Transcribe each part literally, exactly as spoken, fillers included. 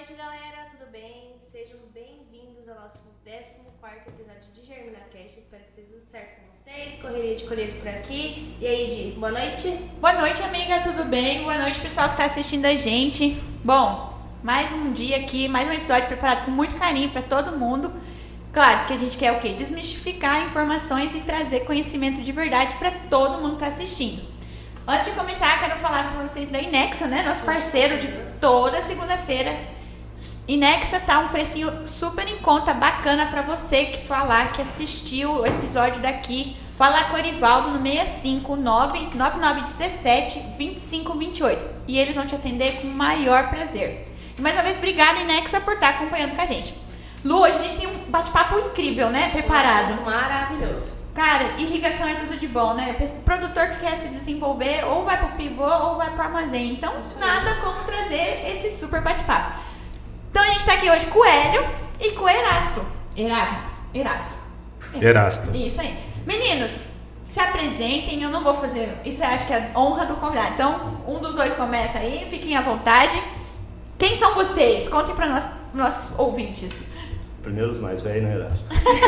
noite, galera, tudo bem? Sejam bem-vindos ao nosso décimo quarto episódio de GerminaCast. Espero que esteja tudo certo com vocês. Correria de colheita por aqui. E aí, Di, boa noite? Boa noite, amiga, tudo bem? Boa noite, pessoal que está assistindo a gente. Bom, mais um dia aqui, mais um episódio preparado com muito carinho para todo mundo. Claro que a gente quer o quê? Desmistificar informações e trazer conhecimento de verdade para todo mundo que está assistindo. Antes de começar, quero falar para vocês da Inexa, né? Nosso parceiro de toda segunda-feira. Inexa tá um precinho super em conta, bacana para você que falar, que assistiu o episódio daqui. Falar com o Erivaldo no seis cinco nove nove nove um sete dois cinco dois oito e eles vão te atender com o maior prazer. E mais uma vez, obrigada, Inexa, por estar acompanhando com a gente. Lu, hoje a gente tem um bate-papo incrível, né? Preparado. Nossa, maravilhoso. Cara, irrigação é tudo de bom, né? O produtor que quer se desenvolver ou vai pro pivô ou vai pro armazém. Então, nada como trazer esse super bate-papo. Então, a gente tá aqui hoje com o Hélio e com o Erasto. Erasto. Erasto. Erasto. Isso aí. Meninos, se apresentem. Eu não vou fazer... Isso eu acho que é honra do convidado. Então, um dos dois começa aí. Fiquem à vontade. Quem são vocês? Contem para nós, nossos ouvintes. Primeiro os mais velhos, né, Erasto?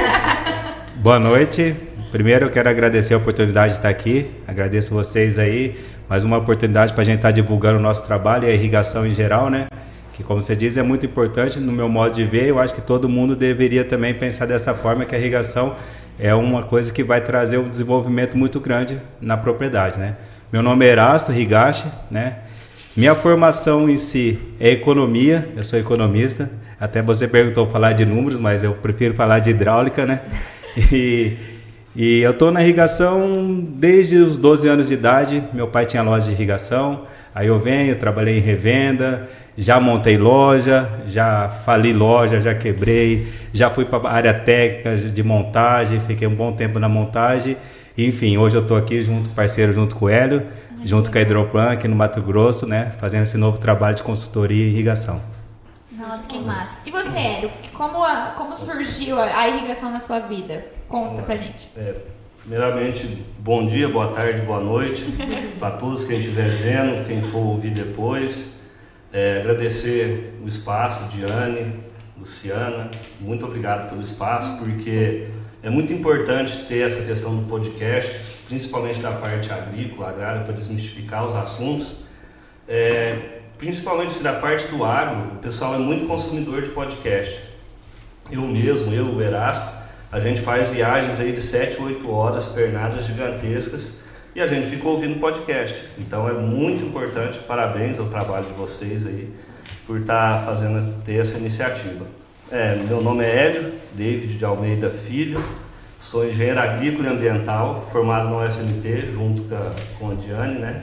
Boa noite. Primeiro eu quero agradecer a oportunidade de estar aqui. Agradeço vocês aí. Mais uma oportunidade para a gente estar divulgando o nosso trabalho e a irrigação em geral, né? Que, como você diz, é muito importante no meu modo de ver. Eu acho que todo mundo deveria também pensar dessa forma, que a irrigação é uma coisa que vai trazer um desenvolvimento muito grande na propriedade, né? Meu nome é Erasto Higashi, né? Minha formação em si é economia, eu sou economista. Até você perguntou falar de números, mas eu prefiro falar de hidráulica, né? E, e eu estou na irrigação desde os doze anos de idade. Meu pai tinha loja de irrigação, aí eu venho, trabalhei em revenda, já montei loja, já fali loja, já quebrei, já fui para a área técnica de montagem, fiquei um bom tempo na montagem. Enfim, hoje eu estou aqui junto, parceiro junto com o Hélio, junto com a Hidroplan aqui no Mato Grosso, né? Fazendo esse novo trabalho de consultoria e irrigação. Nossa, que massa. E você, Hélio, como, a, como surgiu a, a irrigação na sua vida? Conta pra gente. É, primeiramente, bom dia, boa tarde, boa noite para todos quem estiver vendo, quem for ouvir depois. É, agradecer o espaço, Diane, Luciana, muito obrigado pelo espaço, porque é muito importante ter essa questão do podcast, principalmente da parte agrícola, agrária, para desmistificar os assuntos. É, principalmente da parte do agro, o pessoal é muito consumidor de podcast. Eu mesmo, eu, o Erasto, a gente faz viagens aí de sete, oito horas, pernadas gigantescas, e a gente fica ouvindo podcast. Então é muito importante, parabéns ao trabalho de vocês aí, por estar fazendo, ter essa iniciativa. É, meu nome é Hélio David de Almeida Filho, sou engenheiro agrícola e ambiental, formado na U F M T, junto com a, com a Diane, né?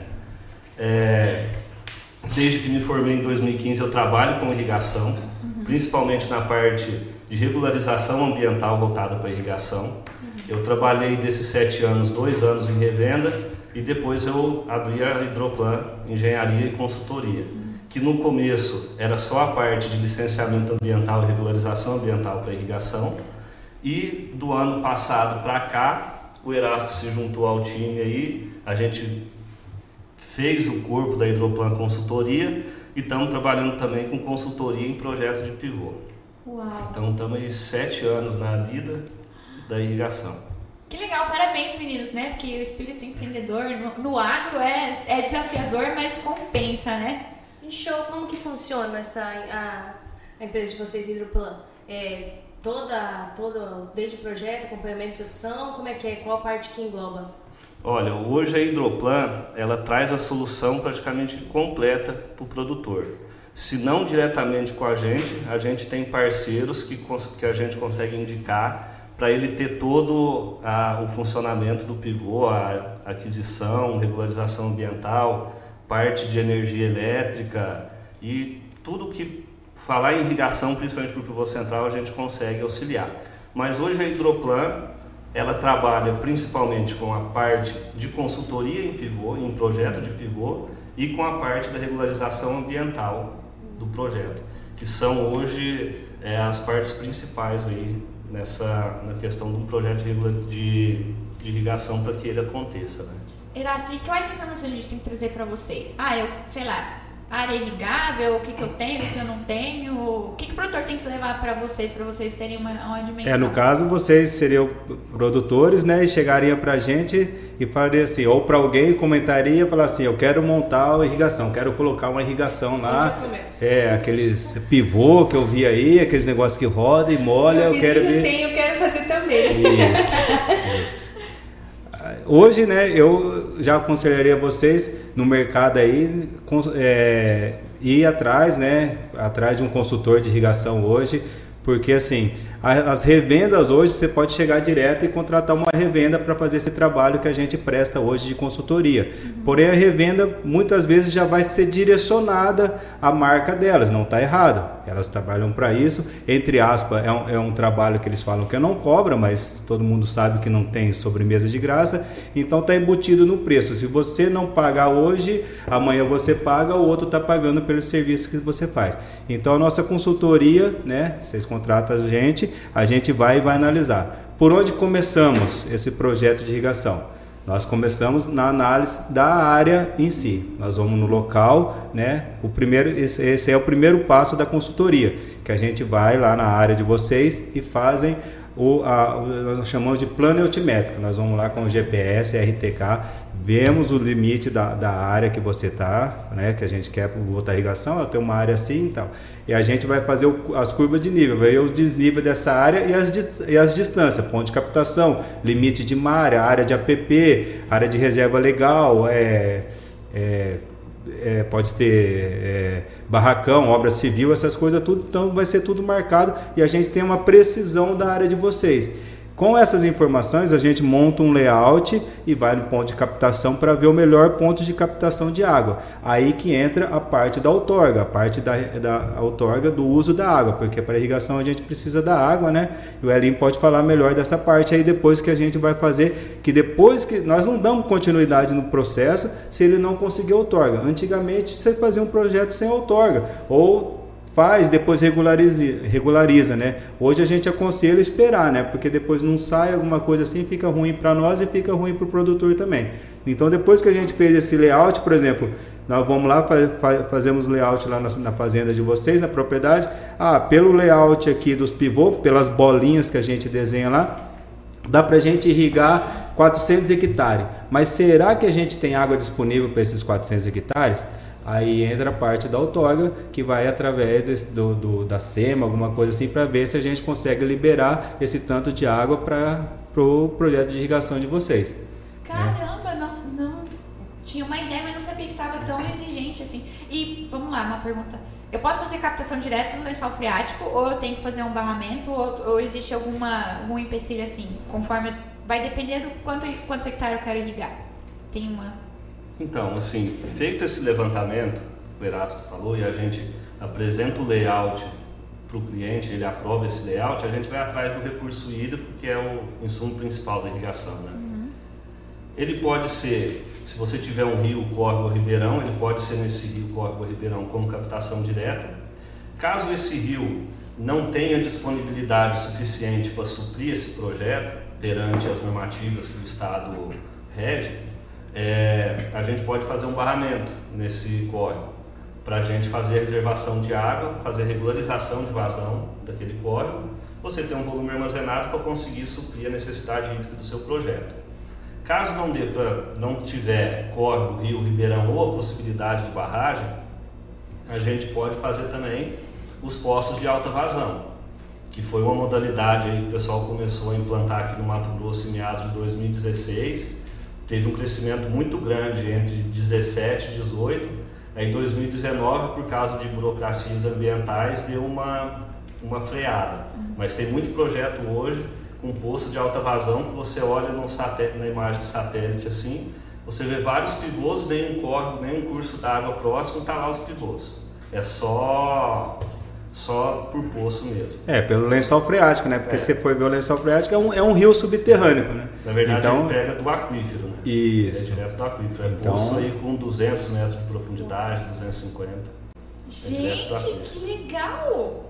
É, Desde que me formei em dois mil e quinze eu trabalho com irrigação, uhum. principalmente na parte de regularização ambiental voltada para a irrigação. Uhum. Eu trabalhei desses sete anos, dois anos em revenda e depois eu abri a Hidroplan Engenharia e Consultoria, uhum. que no começo era só a parte de licenciamento ambiental e regularização ambiental para irrigação, e do ano passado para cá o Erasto se juntou ao time aí, a gente fez o corpo da Hidroplan Consultoria e estamos trabalhando também com consultoria em projeto de pivô. Uau. Então estamos aí sete anos na vida da irrigação. Que legal, parabéns, meninos, né? Porque o espírito empreendedor no, no agro é, é desafiador, mas compensa, né? E show, como que funciona essa, a, a empresa de vocês, Hidroplan? É, toda, toda, desde o projeto, acompanhamento de execução, como é que é? Qual parte que engloba? Olha, hoje a Hidroplan, ela traz a solução praticamente completa para o produtor. Se não diretamente com a gente, a gente tem parceiros que, que a gente consegue indicar para ele ter todo a, o funcionamento do pivô, a aquisição, regularização ambiental, parte de energia elétrica e tudo que falar em irrigação, principalmente para o pivô central, a gente consegue auxiliar. Mas hoje a Hidroplan, ela trabalha principalmente com a parte de consultoria em pivô, em projeto de pivô, e com a parte da regularização ambiental do projeto, que são hoje é, as partes principais aí nessa, na questão de um projeto de, de, de irrigação para que ele aconteça, né? Erasto, e quais informações a gente tem que trazer para vocês? Ah, eu, sei lá, área irrigável, o que, que eu tenho, o que eu não tenho, o que, que o produtor tem que levar para vocês, para vocês terem uma, uma dimensão? É, no caso, vocês seriam produtores, né, e chegariam para a gente e falaria assim, ou para alguém comentaria, falar assim, eu quero montar uma irrigação, quero colocar uma irrigação lá, é, aqueles pivô que eu vi aí, aqueles negócios que roda e molha, eu quero ver... tem, eu quero fazer também. Isso, isso. Hoje, né, eu já aconselharia vocês no mercado aí é, ir atrás, né, atrás de um consultor de irrigação hoje, porque assim, as revendas hoje você pode chegar direto e contratar uma revenda para fazer esse trabalho que a gente presta hoje de consultoria. Uhum. Porém, a revenda muitas vezes já vai ser direcionada à marca delas, não está errado. Elas trabalham para isso, entre aspas, é um, é um trabalho que eles falam que não cobra, mas todo mundo sabe que não tem sobremesa de graça, então está embutido no preço. Se você não pagar hoje, amanhã você paga, o outro está pagando pelo serviço que você faz. Então a nossa consultoria, né, vocês contratam a gente, a gente vai e vai analisar. Por onde começamos esse projeto de irrigação? Nós começamos na análise da área em si. Nós vamos no local, né? O primeiro, esse, esse é o primeiro passo da consultoria, que a gente vai lá na área de vocês e fazem o, a, nós chamamos de plano altimétrico. Nós vamos lá com o G P S, R T K, vemos o limite da, da área que você está, né? Que a gente quer botar irrigação, eu tenho uma área assim e tal. E a gente vai fazer o, as curvas de nível, vai ver o desnível dessa área e as, e as distâncias, ponto de captação, limite de malha, área de A P P, área de reserva legal, é, é, é, pode ter é, barracão, obra civil, essas coisas tudo, então vai ser tudo marcado e a gente tem uma precisão da área de vocês. Com essas informações, a gente monta um layout e vai no ponto de captação para ver o melhor ponto de captação de água. Aí que entra a parte da outorga, a parte da, da outorga do uso da água, porque para irrigação a gente precisa da água, né? E o Elinho pode falar melhor dessa parte aí depois que a gente vai fazer, que depois que nós não damos continuidade no processo se ele não conseguir outorga. Antigamente você fazia um projeto sem outorga, ou faz, depois regulariza, regulariza, né? Hoje a gente aconselha esperar, né? Porque depois não sai alguma coisa assim, fica ruim para nós e fica ruim para o produtor também. Então depois que a gente fez esse layout, por exemplo, nós vamos lá, fa fazemos layout lá na, na fazenda de vocês, na propriedade. Ah, pelo layout aqui dos pivôs, pelas bolinhas que a gente desenha lá, dá para a gente irrigar quatrocentos hectares. Mas será que a gente tem água disponível para esses quatrocentos hectares? Aí entra a parte da outorga, que vai através desse, do, do, da SEMA, alguma coisa assim, para ver se a gente consegue liberar esse tanto de água para o pro projeto de irrigação de vocês. Caramba, não, não tinha uma ideia, mas não sabia que estava tão exigente assim. E vamos lá, uma pergunta. Eu posso fazer captação direto no lençol freático ou eu tenho que fazer um barramento ou, ou existe alguma, algum empecilho assim? Conforme vai depender do quanto, quantos hectares eu quero irrigar. Tem uma... Então, assim, feito esse levantamento, o Erasto falou, e a gente apresenta o layout para o cliente, ele aprova esse layout, a gente vai atrás do recurso hídrico, que é o insumo principal da irrigação, né? Uhum. Ele pode ser, se você tiver um rio, córrego ou ribeirão, ele pode ser nesse rio, córrego ou ribeirão como captação direta. Caso esse rio não tenha disponibilidade suficiente para suprir esse projeto, perante as normativas que o Estado rege, É, a gente pode fazer um barramento nesse córrego para a gente fazer a reservação de água, fazer a regularização de vazão daquele córrego, você ter um volume armazenado para conseguir suprir a necessidade hídrica do seu projeto. Caso não, dê pra, não tiver córrego, rio, ribeirão ou a possibilidade de barragem, a gente pode fazer também os poços de alta vazão, que foi uma modalidade aí que o pessoal começou a implantar aqui no Mato Grosso em meados de dois mil e dezesseis. Teve um crescimento muito grande entre dezessete e dezoito, aí em dois mil e dezenove, por causa de burocracias ambientais, deu uma, uma freada. Mas tem muito projeto hoje com poço de alta vazão que você olha no satélite, na imagem de satélite assim, você vê vários pivôs, nem um córrego, nem um curso d'água próximo, está lá os pivôs. É só... só por poço mesmo. É, pelo lençol freático, né? Porque é. se você for ver o lençol freático, é um, é um rio subterrâneo, né? Na verdade, então, ele pega do aquífero, né? Isso. É direto do aquífero. É então, poço aí com duzentos metros de profundidade, duzentos e cinquenta. Gente, é que legal!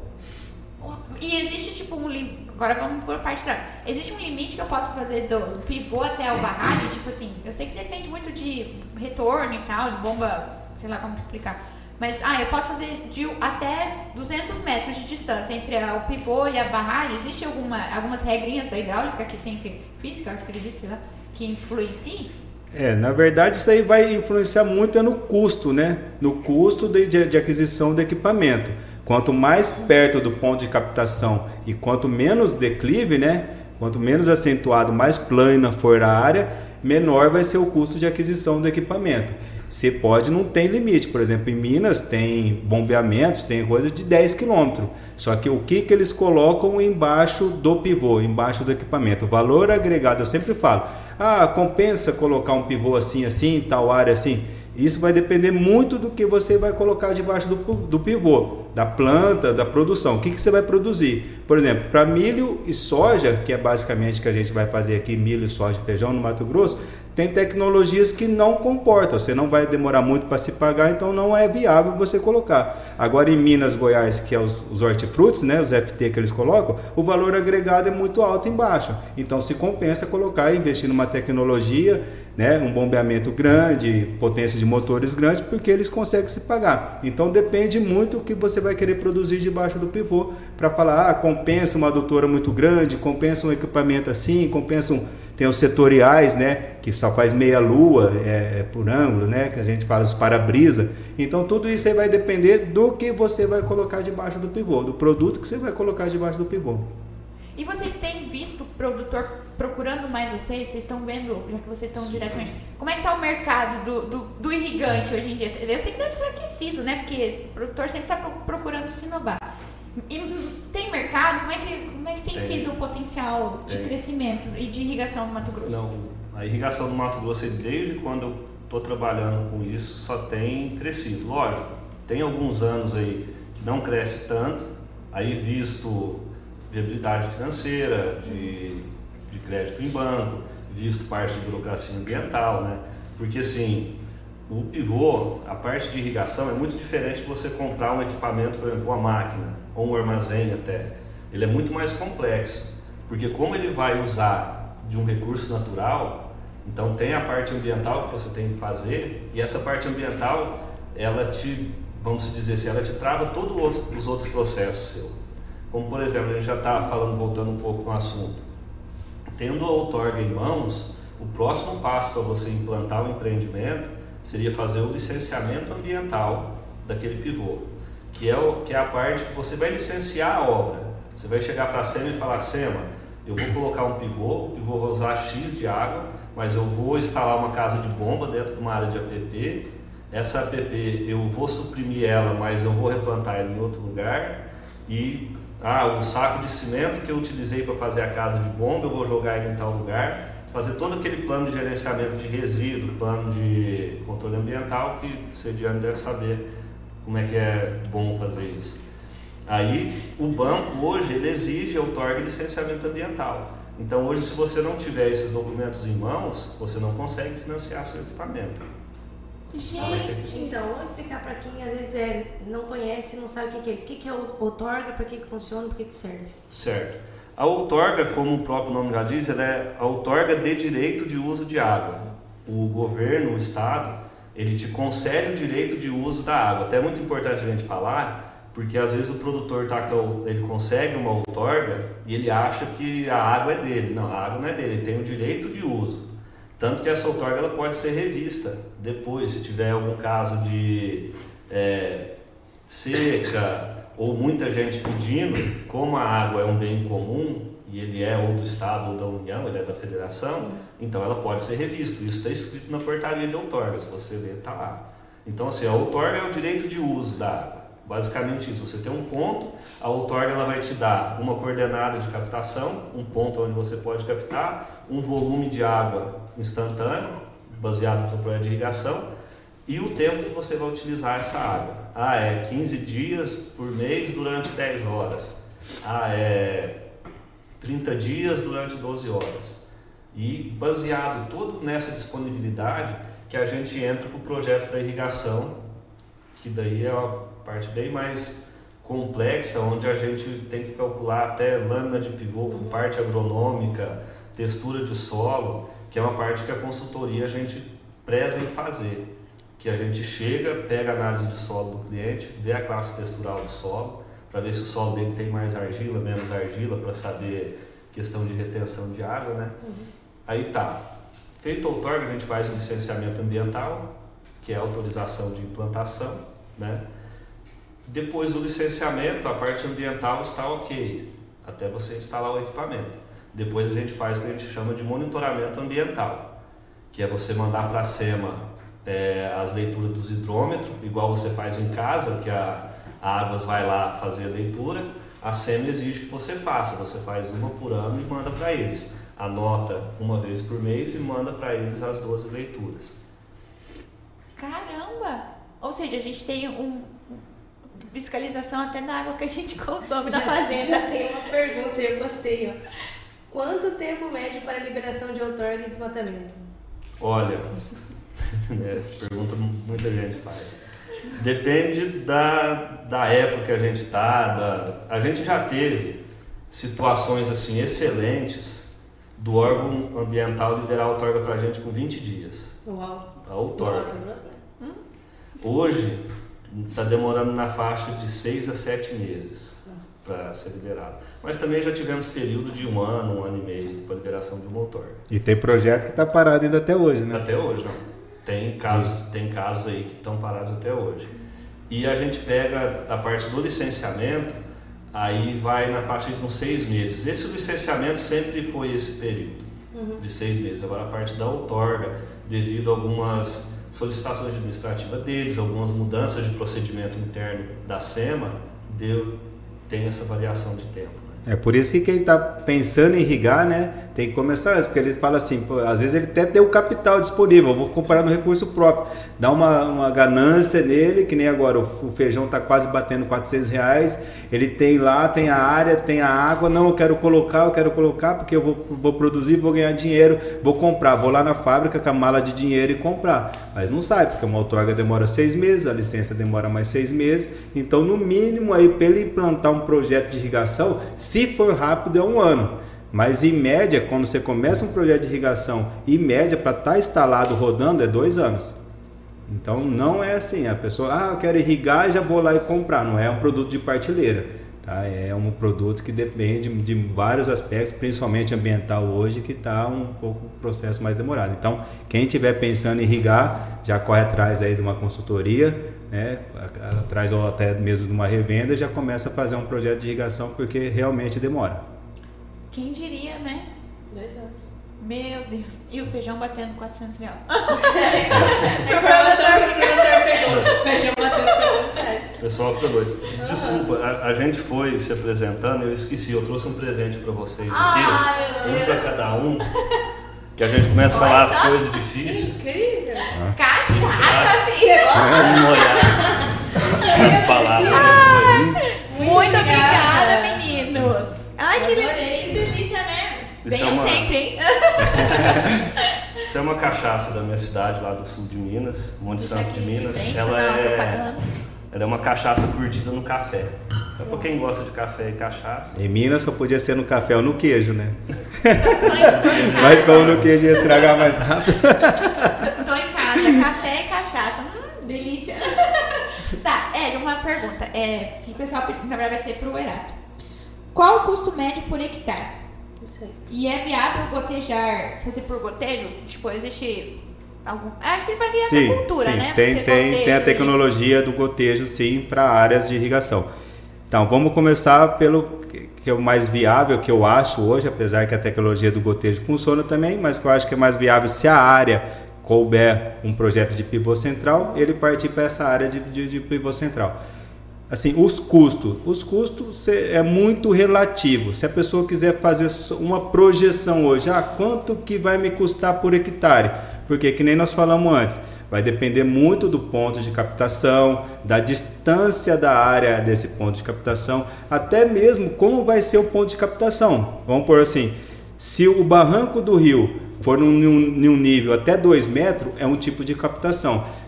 E existe tipo um limite, agora vamos por parte da... Existe um limite que eu posso fazer do pivô até o barragem? Tipo assim, eu sei que depende muito de retorno e tal, de bomba, sei lá como explicar. Mas, ah, eu posso fazer de até duzentos metros de distância entre a, o pivô e a barragem. Existe alguma, algumas regrinhas da hidráulica que tem que, física, acho que ele disse lá, que influenciem? É, na verdade isso aí vai influenciar muito é no custo, né? No custo de, de, de aquisição do equipamento. Quanto mais perto do ponto de captação e quanto menos declive, né? Quanto menos acentuado, mais plana for a área, menor vai ser o custo de aquisição do equipamento. Você pode, não tem limite. Por exemplo, em Minas tem bombeamentos, tem coisa de dez quilômetros. Só que o que, que eles colocam embaixo do pivô, embaixo do equipamento? O valor agregado, eu sempre falo, ah, compensa colocar um pivô assim, assim, tal área assim? Isso vai depender muito do que você vai colocar debaixo do, do pivô, da planta, da produção. O que, que você vai produzir? Por exemplo, para milho e soja, que é basicamente o que a gente vai fazer aqui, milho, soja e feijão no Mato Grosso, tem tecnologias que não comportam, você não vai demorar muito para se pagar, então não é viável você colocar. Agora em Minas, Goiás, que é os, os hortifrutis, né, os F T que eles colocam, o valor agregado é muito alto embaixo, então se compensa colocar e investir numa tecnologia, né, um bombeamento grande, potência de motores grandes, porque eles conseguem se pagar. Então depende muito do que você vai querer produzir debaixo do pivô, para falar, ah, compensa uma adutora muito grande, compensa um equipamento assim, compensa um... Tem os setoriais, né, que só faz meia lua é, é por ângulo, né, que a gente fala os para-brisa. Então tudo isso aí vai depender do que você vai colocar debaixo do pivô, do produto que você vai colocar debaixo do pivô. E vocês têm visto o produtor procurando mais vocês? Vocês estão vendo, já que vocês estão diretamente, como é que está o mercado do, do, do irrigante hoje em dia? Eu sei que deve ser aquecido, né, porque o produtor sempre está procurando se inovar. E tem mercado? Como é que, como é que tem, tem sido o potencial de tem. crescimento e de irrigação do Mato Grosso? Não, a irrigação do Mato Grosso, desde quando eu estou trabalhando com isso, só tem crescido. Lógico, tem alguns anos aí que não cresce tanto, aí visto viabilidade financeira, de, de crédito em banco, visto parte de burocracia ambiental, né? Porque assim, o pivô, a parte de irrigação é muito diferente de você comprar um equipamento, por exemplo, uma máquina ou um armazém até. Ele é muito mais complexo, porque como ele vai usar de um recurso natural, então tem a parte ambiental que você tem que fazer, e essa parte ambiental, ela te, vamos dizer assim, ela te trava todos os outros processos seus. Como por exemplo, a gente já está falando, voltando um pouco no assunto, tendo a outorga em mãos, o próximo passo para você implantar o empreendimento seria fazer o licenciamento ambiental daquele pivô, que é, o, que é a parte que você vai licenciar a obra. Você vai chegar para a SEMA e falar, SEMA, eu vou colocar um pivô, o pivô vai usar X de água, mas eu vou instalar uma casa de bomba dentro de uma área de A P P, essa A P P eu vou suprimir ela, mas eu vou replantar ela em outro lugar, e ah, o saco de cimento que eu utilizei para fazer a casa de bomba, eu vou jogar ele em tal lugar, fazer todo aquele plano de gerenciamento de resíduo, plano de controle ambiental, que o sediano deve saber como é que é bom fazer isso. Aí, o banco hoje, ele exige outorga e licenciamento ambiental. Então, hoje, se você não tiver esses documentos em mãos, você não consegue financiar seu equipamento. Gente, então, vamos explicar para quem às vezes é, não conhece, não sabe o que é isso. O que é outorga, para que, que funciona, para que, que serve? Certo. A outorga, como o próprio nome já diz, ela é a outorga de direito de uso de água. O governo, o Estado, ele te concede o direito de uso da água. Até é muito importante a gente falar, porque às vezes o produtor tá, ele consegue uma outorga e ele acha que a água é dele. Não, a água não é dele, ele tem o direito de uso. Tanto que essa outorga ela pode ser revista depois, se tiver algum caso de é, seca ou muita gente pedindo, como a água é um bem comum e ele é ou do Estado ou da União, ele é da Federação, então ela pode ser revista. Isso está escrito na portaria de outorga, se você ler, está lá. Então assim, a outorga é o direito de uso da água. Basicamente isso, você tem um ponto, a outorga ela vai te dar uma coordenada de captação, um ponto onde você pode captar, um volume de água instantâneo, baseado no seu projeto de irrigação, e o tempo que você vai utilizar essa água. Ah, é quinze dias por mês durante dez horas. Ah, é trinta dias durante doze horas. E baseado tudo nessa disponibilidade que a gente entra com o projeto da irrigação, que daí é uma parte bem mais complexa, onde a gente tem que calcular até lâmina de pivô com parte agronômica, textura de solo, que é uma parte que a consultoria a gente preza em fazer, que a gente chega, pega a análise de solo do cliente, vê a classe textural do solo, para ver se o solo dele tem mais argila, menos argila, para saber questão de retenção de água, né? Uhum. Aí tá, feito o outorga, a gente faz o licenciamento ambiental, que é a autorização de implantação, né? Depois do licenciamento, a parte ambiental está ok, até você instalar o equipamento. Depois a gente faz o que a gente chama de monitoramento ambiental, que é você mandar para a SEMA é, as leituras dos hidrômetros, igual você faz em casa, que a, a Águas vai lá fazer a leitura, a SEMA exige que você faça, você faz uma por ano e manda para eles. Anota uma vez por mês e manda para eles as doze leituras. Caramba! Ou seja, a gente tem um... fiscalização até na água que a gente consome já, na fazenda. Já tem uma pergunta, eu gostei. Ó. Quanto tempo médio para a liberação de outorga e desmatamento? Olha, essa pergunta muita gente faz. Depende da, da época que a gente está. Da... A gente já teve situações assim excelentes do órgão ambiental liberar a outorga para a gente com vinte dias. Uau! A outorga. Hum? Hoje está demorando na faixa de seis a sete meses para ser liberado. Mas também já tivemos período de um ano, um ano e meio para liberação de uma outorga. E tem projeto que está parado ainda até hoje, né? Até hoje, não. Tem casos, tem casos aí que estão parados até hoje. E a gente pega a parte do licenciamento, aí vai na faixa de uns seis meses. Esse licenciamento sempre foi esse período, uhum. de seis meses. Agora a parte da outorga, devido a algumas solicitações administrativas deles, algumas mudanças de procedimento interno da SEMA, deu, tem essa variação de tempo. Né? É por isso que quem está pensando em irrigar, né, tem que começar antes, porque ele fala assim, pô, às vezes ele até tem o capital disponível, eu vou comparar no recurso próprio, dá uma, uma ganância nele, que nem agora o, o feijão está quase batendo quatrocentos reais, ele tem lá, tem a área, tem a água, não, eu quero colocar, eu quero colocar, porque eu vou, vou produzir, vou ganhar dinheiro, vou comprar, vou lá na fábrica com a mala de dinheiro e comprar, mas não sai, porque uma outorga demora seis meses, a licença demora mais seis meses, então no mínimo aí para ele implantar um projeto de irrigação, se for rápido é um ano. Mas em média, quando você começa um projeto de irrigação, em média, para estar instalado rodando, é dois anos. Então não é assim, a pessoa, ah, eu quero irrigar e já vou lá e comprar. Não é um produto de partilheira, tá? É um produto que depende de vários aspectos, principalmente ambiental hoje, que está um pouco o processo mais demorado. Então, quem estiver pensando em irrigar, já corre atrás aí de uma consultoria, né? Atrás ou até mesmo de uma revenda, já começa a fazer um projeto de irrigação, porque realmente demora. Quem diria, né? Dois anos. Meu Deus. E o feijão batendo quatrocentos reais. A informação que o produtor pegou. Feijão batendo quatrocentos reais. O pessoal fica doido. Uhum. Desculpa, a, a gente foi se apresentando, eu esqueci, eu trouxe um presente pra vocês aqui. Ah, um pra cada um. Que a gente começa a falar as coisas difíceis. Incrível. Ah. Cachaça, Você gosta? Vamos olhar as palavras. Ai, Muito, muito obrigada, obrigada, meninos. Ai, Eu que adorei. delícia, né? Isso Venham é uma- sempre, hein? Isso é uma cachaça da minha cidade, lá do sul de Minas, Monte Santo de Minas. Frente, Ela não, é, propaganda. ela é uma cachaça curtida no café. É pra quem gosta de café e cachaça. Em Minas só podia ser no café ou no queijo, né? Tô em Mas casa. como no queijo ia estragar mais rápido. Tô em casa, café e cachaça. Hum, delícia. Tá, Hélio, uma pergunta. É, que o pessoal, na verdade, vai ser pro Erasto. Qual o custo médio por hectare? Isso aí. E é viável gotejar, fazer por gotejo? Tipo, existe algum... Acho que varia Sim, da cultura, sim. né? Tem, Você tem, goteja tem a ali. tecnologia do gotejo, sim, para áreas de irrigação. Então, vamos começar pelo que é o mais viável, que eu acho hoje, apesar que a tecnologia do gotejo funciona também, mas que eu acho que é mais viável se a área couber um projeto de pivô central, ele partir para essa área de, de, de pivô central. Assim, os custos. Os custos é muito relativo. Se a pessoa quiser fazer uma projeção hoje, ah, quanto que vai me custar por hectare? Porque, que nem nós falamos antes, vai depender muito do ponto de captação, da distância da área desse ponto de captação, até mesmo como vai ser o ponto de captação. Vamos por assim, se o barranco do rio for num, num nível até dois metros, é um tipo de captação.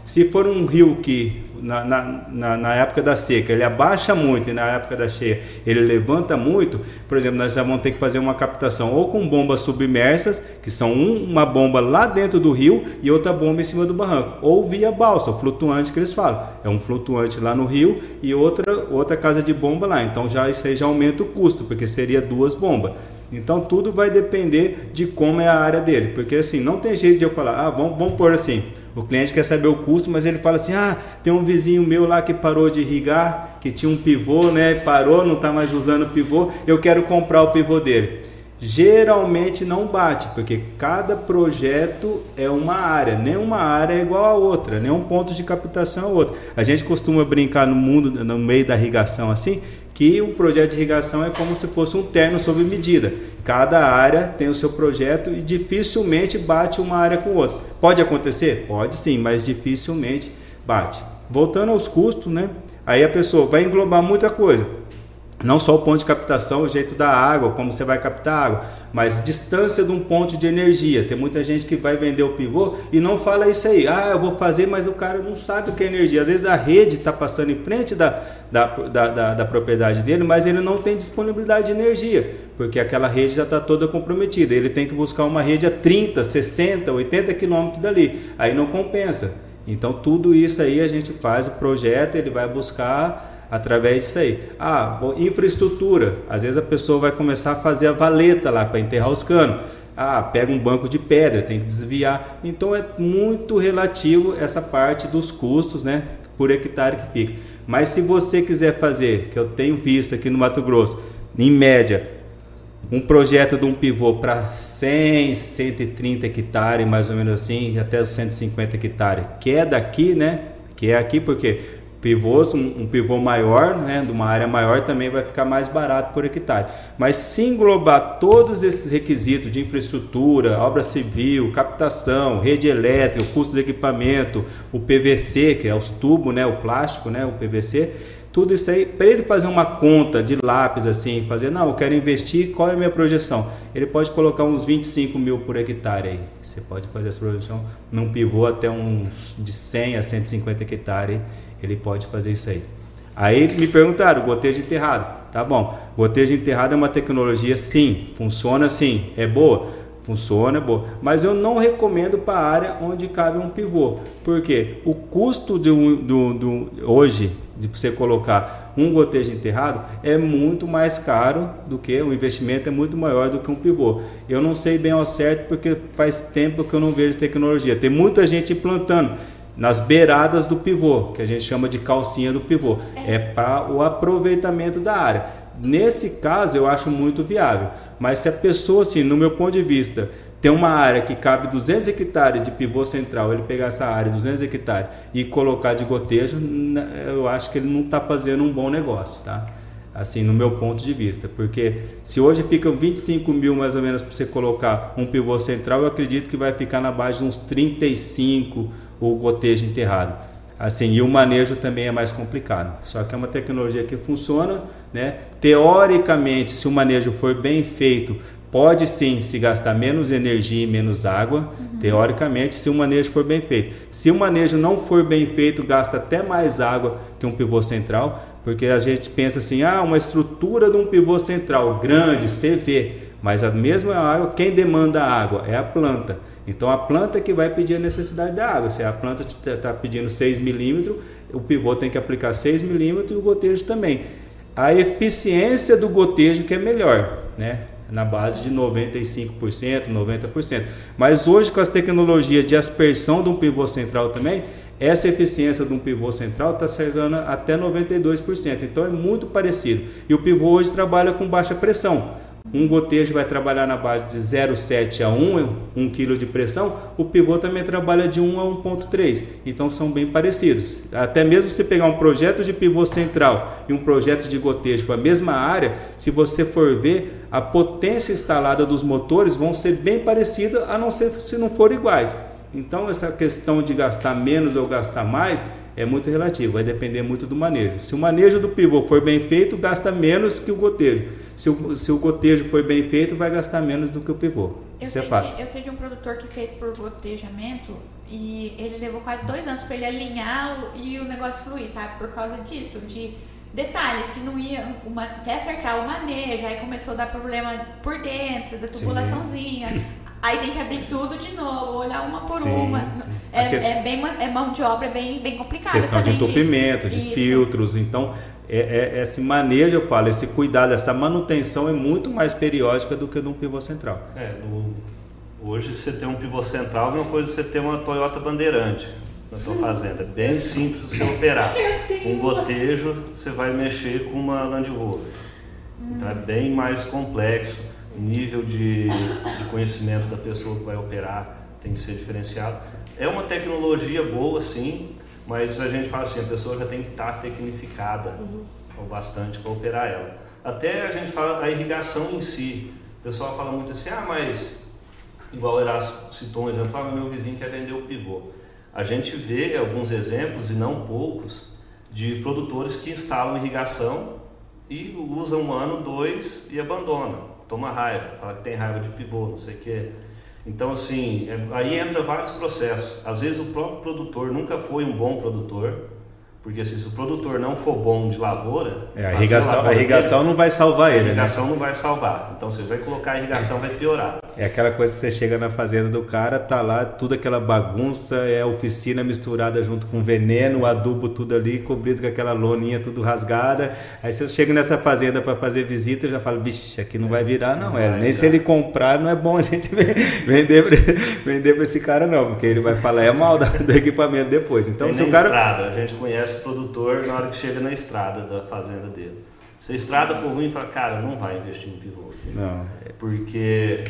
Se for um rio que na, na, na, na época da seca ele abaixa muito e na época da cheia ele levanta muito, por exemplo, nós já vamos ter que fazer uma captação ou com bombas submersas, que são um, uma bomba lá dentro do rio e outra bomba em cima do barranco, ou via balsa, o flutuante que eles falam, é um flutuante lá no rio e outra, outra casa de bomba lá, então já isso aí já aumenta o custo, porque seria duas bombas. Então tudo vai depender de como é a área dele, porque assim, não tem jeito de eu falar, ah, vamos, vamos pôr assim, o cliente quer saber o custo, mas ele fala assim, ah, tem um vizinho meu lá que parou de irrigar, que tinha um pivô, né, parou, não está mais usando o pivô, eu quero comprar o pivô dele. Geralmente não bate, porque cada projeto é uma área, nenhuma área é igual a outra, nenhum ponto de captação é outro. A gente costuma brincar no mundo, no meio da irrigação assim, que o projeto de irrigação é como se fosse um terno sob medida. Cada área tem o seu projeto e dificilmente bate uma área com outra. Pode acontecer? Pode sim, mas dificilmente bate. Voltando aos custos, né? Aí a pessoa vai englobar muita coisa. Não só o ponto de captação, o jeito da água, como você vai captar água, mas distância de um ponto de energia. Tem muita gente que vai vender o pivô e não fala isso aí. Ah, eu vou fazer, mas o cara não sabe o que é energia. Às vezes a rede está passando em frente da, da, da, da, da propriedade dele, mas ele não tem disponibilidade de energia, porque aquela rede já está toda comprometida. Ele tem que buscar uma rede a trinta, sessenta, oitenta quilômetros dali. Aí não compensa. Então tudo isso aí a gente faz o projeto, ele vai buscar através disso aí. Ah, infraestrutura. Às vezes a pessoa vai começar a fazer a valeta lá para enterrar os canos. Ah, pega um banco de pedra, tem que desviar. Então é muito relativo essa parte dos custos, né, por hectare que fica. Mas se você quiser fazer, que eu tenho visto aqui no Mato Grosso, em média, um projeto de um pivô para cem, cento e trinta hectares, mais ou menos assim, até os cento e cinquenta hectares, que é daqui, né, que é aqui porque pivôs, um, um pivô maior, né, de uma área maior também vai ficar mais barato por hectare. Mas se englobar todos esses requisitos de infraestrutura, obra civil, captação, rede elétrica, o custo do equipamento, o P V C, que é os tubos, né, o plástico, né, o P V C, tudo isso aí, para ele fazer uma conta de lápis assim, fazer, não, eu quero investir, qual é a minha projeção? Ele pode colocar uns vinte e cinco mil por hectare aí. Você pode fazer essa projeção num pivô até uns de cem a cento e cinquenta hectares, ele pode fazer isso aí. Aí me perguntaram, gotejo enterrado. Tá bom, gotejo enterrado é uma tecnologia, sim, funciona sim, é boa? Funciona, é boa. Mas eu não recomendo para a área onde cabe um pivô. Porque o custo de um, do, do, hoje, de você colocar um gotejo enterrado, é muito mais caro do que, o investimento é muito maior do que um pivô. Eu não sei bem ao certo porque faz tempo que eu não vejo tecnologia. Tem muita gente implantando nas beiradas do pivô, que a gente chama de calcinha do pivô, é para o aproveitamento da área. Nesse caso eu acho muito viável, mas se a pessoa, assim, no meu ponto de vista, tem uma área que cabe duzentos hectares de pivô central, ele pegar essa área duzentos hectares e colocar de gotejo, eu acho que ele não está fazendo um bom negócio, tá? Assim, no meu ponto de vista, porque se hoje ficam vinte e cinco mil mais ou menos para você colocar um pivô central, eu acredito que vai ficar na base de uns trinta e cinco o gotejo enterrado. Assim, e o manejo também é mais complicado. Só que é uma tecnologia que funciona, né? Teoricamente, se o manejo for bem feito, pode sim se gastar menos energia e menos água, uhum. Teoricamente, se o manejo for bem feito. Se o manejo não for bem feito, gasta até mais água que um pivô central, porque a gente pensa assim, ah, uma estrutura de um pivô central grande, C V, mas a mesma água, quem demanda a água é a planta. Então a planta que vai pedir a necessidade da água. Se a planta está pedindo seis milímetros, o pivô tem que aplicar seis milímetros e o gotejo também. A eficiência do gotejo que é melhor, né? Na base de noventa e cinco por cento, noventa por cento. Mas hoje com as tecnologias de aspersão de um pivô central também, essa eficiência de um pivô central está chegando até noventa e dois por cento. Então é muito parecido. E o pivô hoje trabalha com baixa pressão. Um gotejo vai trabalhar na base de zero vírgula sete a um, um quilo de pressão, o pivô também trabalha de um a um vírgula três, então são bem parecidos. Até mesmo se pegar um projeto de pivô central e um projeto de gotejo para a mesma área, se você for ver, a potência instalada dos motores vão ser bem parecida, a não ser se não forem iguais. Então essa questão de gastar menos ou gastar mais é muito relativo, vai depender muito do manejo. Se o manejo do pivô for bem feito, gasta menos que o gotejo. Se o, se o gotejo for bem feito, vai gastar menos do que o pivô. Eu, Isso sei é fato. De, eu sei de um produtor que fez por gotejamento e ele levou quase dois anos para ele alinhar o, e o negócio fluir, sabe? Por causa disso, de detalhes que não ia uma, até acertar o manejo, aí começou a dar problema por dentro da tubulaçãozinha. Sim. Aí tem que abrir tudo de novo, olhar uma por sim, uma. Sim. É, que... é, bem, é mão de obra bem, bem complicada. Questão também de entupimento, de, de filtros. Então, é, é, esse manejo, eu falo, esse cuidado, essa manutenção é muito mais periódica do que num pivô central. É, no, hoje você tem um pivô central, é uma coisa você ter uma Toyota Bandeirante na tua fazenda. É bem simples você operar. Um gotejo, você vai mexer com uma Land Rover. Então é bem mais complexo. O nível de, de conhecimento da pessoa que vai operar tem que ser diferenciado. É uma tecnologia boa, sim, mas a gente fala assim, a pessoa já tem que estar tecnificada uhum. o bastante para operar ela. Até a gente fala a irrigação em si. O pessoal fala muito assim, ah, mas igual o Erasto citou um exemplo, ah, meu vizinho quer vender o pivô. A gente vê alguns exemplos, e não poucos, de produtores que instalam irrigação e usam um ano, dois e abandonam. Toma raiva, fala que tem raiva de pivô, não sei o que. Então, assim, é, aí entra vários processos. Às vezes o próprio produtor nunca foi um bom produtor, porque assim, se o produtor não for bom de lavoura... É, a irrigação, a, a irrigação dele, não vai salvar ele, né? A irrigação né? não vai salvar. Então, você vai colocar a irrigação, vai piorar. É aquela coisa que você chega na fazenda do cara, tá lá, tudo aquela bagunça, é a oficina misturada junto com veneno, o adubo tudo ali, cobrido com aquela loninha tudo rasgada. Aí você chega nessa fazenda para fazer visita e já fala, bicho, aqui não vai virar não, não é. Vai, nem tá. Se ele comprar, não é bom a gente vender, vender para esse cara não, porque ele vai falar é mal do equipamento depois. Então, se o cara... estrada, a gente conhece o produtor na hora que chega na estrada da fazenda dele. Se a estrada for ruim, fala, cara, não vai investir em pivô. Não. Porque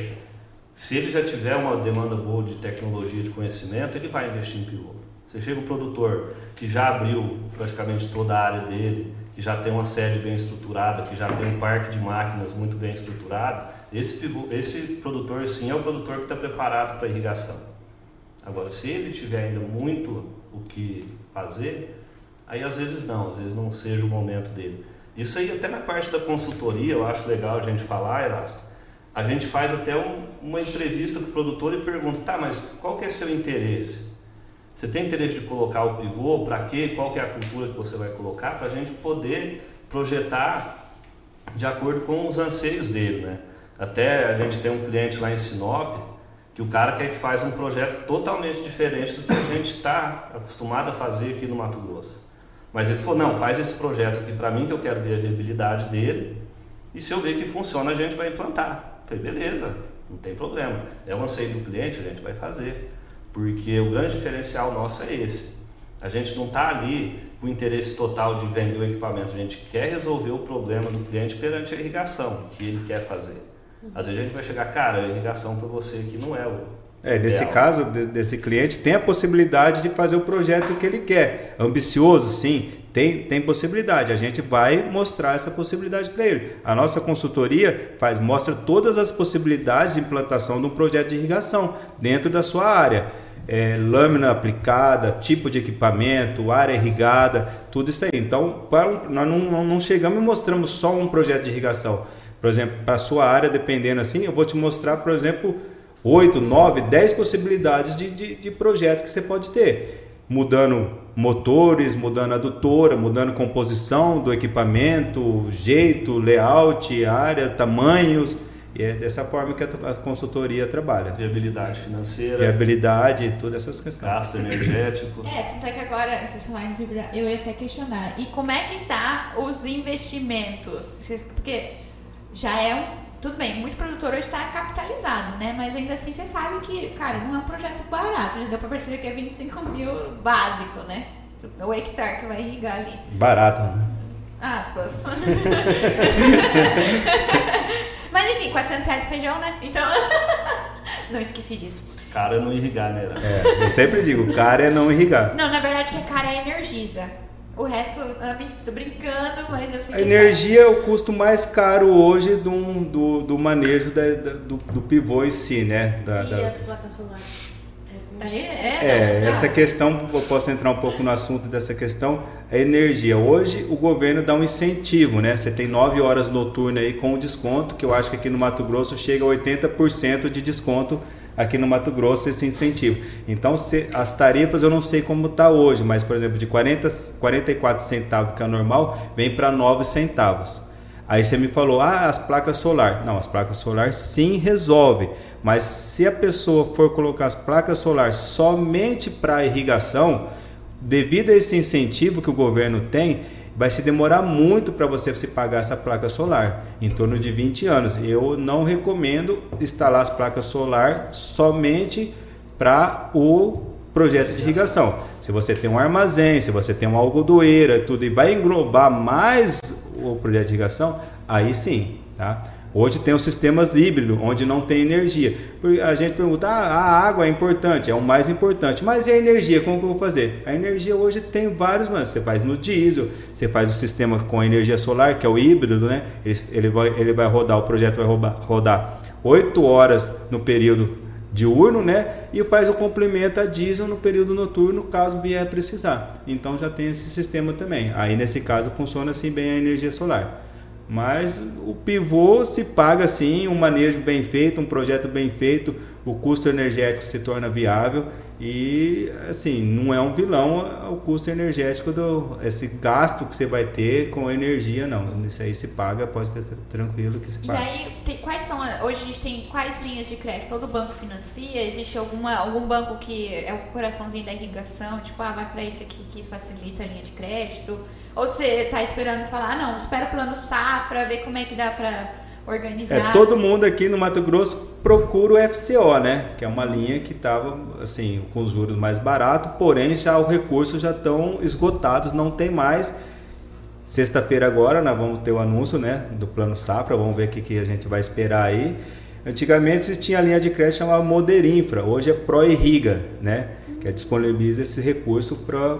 se ele já tiver uma demanda boa de tecnologia, de conhecimento, ele vai investir em pivô. Você chega o produtor que já abriu praticamente toda a área dele, que já tem uma sede bem estruturada, que já tem um parque de máquinas muito bem estruturado, esse, pivô, esse produtor sim é o produtor que está preparado para irrigação. Agora, se ele tiver ainda muito o que fazer, aí às vezes não, às vezes não seja o momento dele. Isso aí até na parte da consultoria, eu acho legal a gente falar, Erasto. A gente faz até um, uma entrevista com o produtor e pergunta, tá, mas qual que é seu interesse? Você tem interesse de colocar o pivô? Para quê? Qual que é a cultura que você vai colocar? Para a gente poder projetar de acordo com os anseios dele, né? Até a gente tem um cliente lá em Sinop, que o cara quer que faz um projeto totalmente diferente do que a gente está acostumado a fazer aqui no Mato Grosso. Mas ele falou, não, faz esse projeto aqui para mim que eu quero ver a viabilidade dele e se eu ver que funciona a gente vai implantar. Eu falei, beleza, não tem problema. É o anseio do cliente, a gente vai fazer. Porque o grande diferencial nosso é esse. A gente não está ali com o interesse total de vender o equipamento, a gente quer resolver o problema do cliente perante a irrigação que ele quer fazer. Às vezes a gente vai chegar, cara, a irrigação para você aqui não é o É, nesse ideal. Caso, desse cliente, tem a possibilidade de fazer o projeto que ele quer. Ambicioso, sim, tem, tem possibilidade. A gente vai mostrar essa possibilidade para ele. A nossa consultoria faz, mostra todas as possibilidades de implantação de um projeto de irrigação dentro da sua área. É, lâmina aplicada, tipo de equipamento, área irrigada, tudo isso aí. Então, para um, nós não, não chegamos e mostramos só um projeto de irrigação. Por exemplo, para a sua área, dependendo assim, eu vou te mostrar, por exemplo, oito, nove, dez possibilidades de, de, de projeto que você pode ter. Mudando motores, mudando adutora, mudando composição do equipamento, jeito, layout, área, tamanhos. E é dessa forma que a consultoria trabalha. Viabilidade financeira. Viabilidade, todas essas questões. Gasto energético. É, tanto é que agora, vocês falaram de viabilidade, eu ia até questionar. E como é que tá os investimentos? Porque já é um... Tudo bem, muito produtor hoje está capitalizado, né? Mas ainda assim você sabe que, cara, não é um projeto barato. Já deu para perceber que é vinte e cinco mil básico, né? O hectare que vai irrigar ali. Barato, né? Aspas. Mas enfim, quatrocentos reais de feijão, né? Então, não esqueci disso. Cara é não irrigar, né? É, eu sempre digo, cara é não irrigar. Não, na verdade que cara é energiza. O resto, eu tô brincando, mas eu sei que... A energia é o custo mais caro hoje do, do, do manejo da, da, do, do pivô em si, né? Da, e da... as placas solares? É, É, é, essa questão, eu posso entrar um pouco no assunto dessa questão, a energia. Hoje o governo dá um incentivo, né? Você tem nove horas noturnas aí com desconto, que eu acho que aqui no Mato Grosso chega a oitenta por cento de desconto aqui no Mato Grosso, esse incentivo. Então, se, as tarifas eu não sei como está hoje, mas, por exemplo, de quarenta, quarenta e quatro centavos, que é normal, vem para nove centavos. Aí você me falou, ah, as placas solar. Não, as placas solar sim resolve, mas se a pessoa for colocar as placas solar somente para irrigação, devido a esse incentivo que o governo tem, vai se demorar muito para você se pagar essa placa solar, em torno de vinte anos. Eu não recomendo instalar as placas solar somente para o projeto de irrigação. Se você tem um armazém, se você tem uma algodoeira, tudo, e vai englobar mais o projeto de irrigação, aí sim, tá? Hoje tem os sistemas híbridos, onde não tem energia. A gente pergunta, ah, a água é importante, é o mais importante, mas e a energia, como que eu vou fazer? A energia hoje tem vários, mas você faz no diesel, você faz o sistema com energia solar, que é o híbrido, né? Ele, ele, vai, ele vai rodar, o projeto vai rodar, rodar oito horas no período diurno, né? E faz o complemento a diesel no período noturno, caso vier precisar. Então já tem esse sistema também. Aí nesse caso funciona assim bem a energia solar. Mas o pivô se paga sim, um manejo bem feito, um projeto bem feito, o custo energético se torna viável e assim, não é um vilão o custo energético, do, esse gasto que você vai ter com energia, não. Isso aí se paga, pode ter tranquilo que se paga. E aí, tem, quais são, hoje a gente tem quais linhas de crédito? Todo banco financia? Existe alguma, algum banco que é o coraçãozinho da irrigação, tipo, ah, vai para isso aqui que facilita a linha de crédito? Ou você tá esperando falar, ah, não, espera o plano safra, ver como é que dá para organizar? É, todo mundo aqui no Mato Grosso procura o F C O, né? Que é uma linha que estava assim, com os juros mais baratos, porém já os recursos já estão esgotados, não tem mais. Sexta-feira agora nós vamos ter o anúncio, né, do plano safra, vamos ver o que, que a gente vai esperar aí. Antigamente se tinha a linha de crédito chamada Moderinfra, hoje é Proirriga, né? Que disponibiliza esse recurso para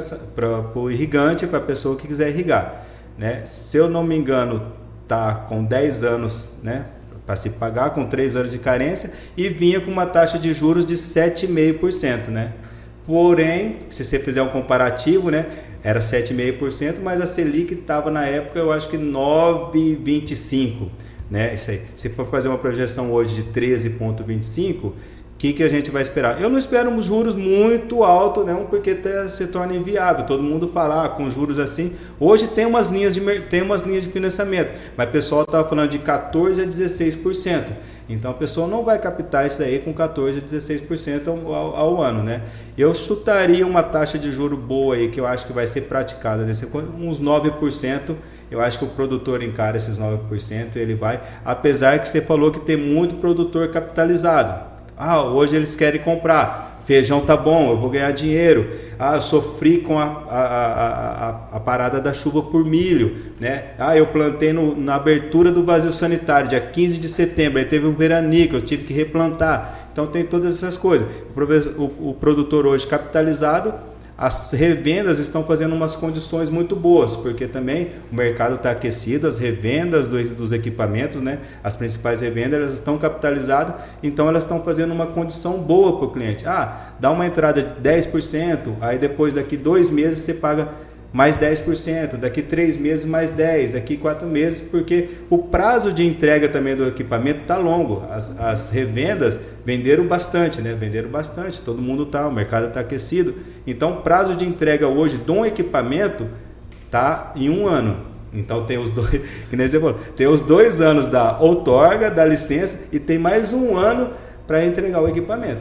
o irrigante, para a pessoa que quiser irrigar, né? Se eu não me engano, tá com dez anos, né, para se pagar, com três anos de carência, e vinha com uma taxa de juros de sete vírgula cinco por cento, né? Porém, se você fizer um comparativo, né, era sete vírgula cinco por cento, mas a Selic estava na época, eu acho que nove vírgula vinte e cinco por cento, né? Isso aí. Se for fazer uma projeção hoje de treze vírgula vinte e cinco por cento, o que, que a gente vai esperar? Eu não espero uns juros muito altos, não, porque até se torna inviável. Todo mundo fala, ah, com juros assim. Hoje tem umas linhas de, tem umas linhas de financiamento, mas o pessoal estava falando de quatorze a dezesseis por cento. Então a pessoa não vai captar isso aí com quatorze a dezesseis por cento ao, ao, ao ano, né? Eu chutaria uma taxa de juro boa aí, que eu acho que vai ser praticada, nesse, uns nove por cento. Eu acho que o produtor encara esses nove por cento, ele vai, apesar que você falou que tem muito produtor capitalizado. Ah, hoje eles querem comprar, feijão tá bom, eu vou ganhar dinheiro. Ah, eu sofri com a, a, a, a, a parada da chuva por milho, né? Ah, eu plantei no, na abertura do vazio sanitário, dia quinze de setembro, aí teve um veranico, eu tive que replantar. Então tem todas essas coisas. O, o, o produtor hoje capitalizado, as revendas estão fazendo umas condições muito boas, porque também o mercado está aquecido, as revendas do, dos equipamentos, né? As principais revendas, elas estão capitalizadas, então elas estão fazendo uma condição boa para o cliente. Ah, dá uma entrada de dez por cento, aí depois daqui dois meses você paga mais dez por cento, daqui três meses mais dez por cento, daqui quatro meses, porque o prazo de entrega também do equipamento está longo. As, as revendas venderam bastante, né? Venderam bastante, todo mundo está, o mercado está aquecido. Então, o prazo de entrega hoje de um equipamento está em um ano. Então, tem os dois, que nem você falou, tem os dois anos da outorga, da licença, e tem mais um ano para entregar o equipamento.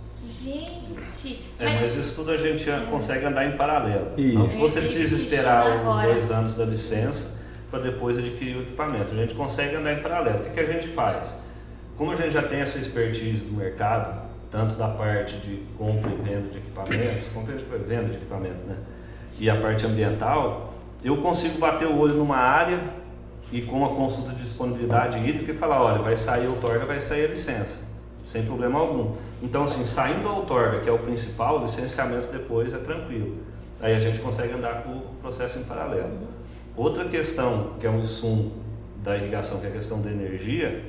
É, mas isso tudo a gente consegue andar em paralelo. Não que você precisa esperar os dois anos da licença para depois adquirir o equipamento. A gente consegue andar em paralelo. O que, que a gente faz? Como a gente já tem essa expertise do mercado, tanto da parte de compra e venda de equipamentos, compra e venda de equipamento, né? E a parte ambiental, eu consigo bater o olho numa área e com uma consulta de disponibilidade hídrica e falar, olha, vai sair a outorga, vai sair a licença. Sem problema algum. Então, assim, saindo a outorga, que é o principal, o licenciamento depois é tranquilo. Aí a gente consegue andar com o processo em paralelo. Outra questão, que é um insumo da irrigação, que é a questão da energia,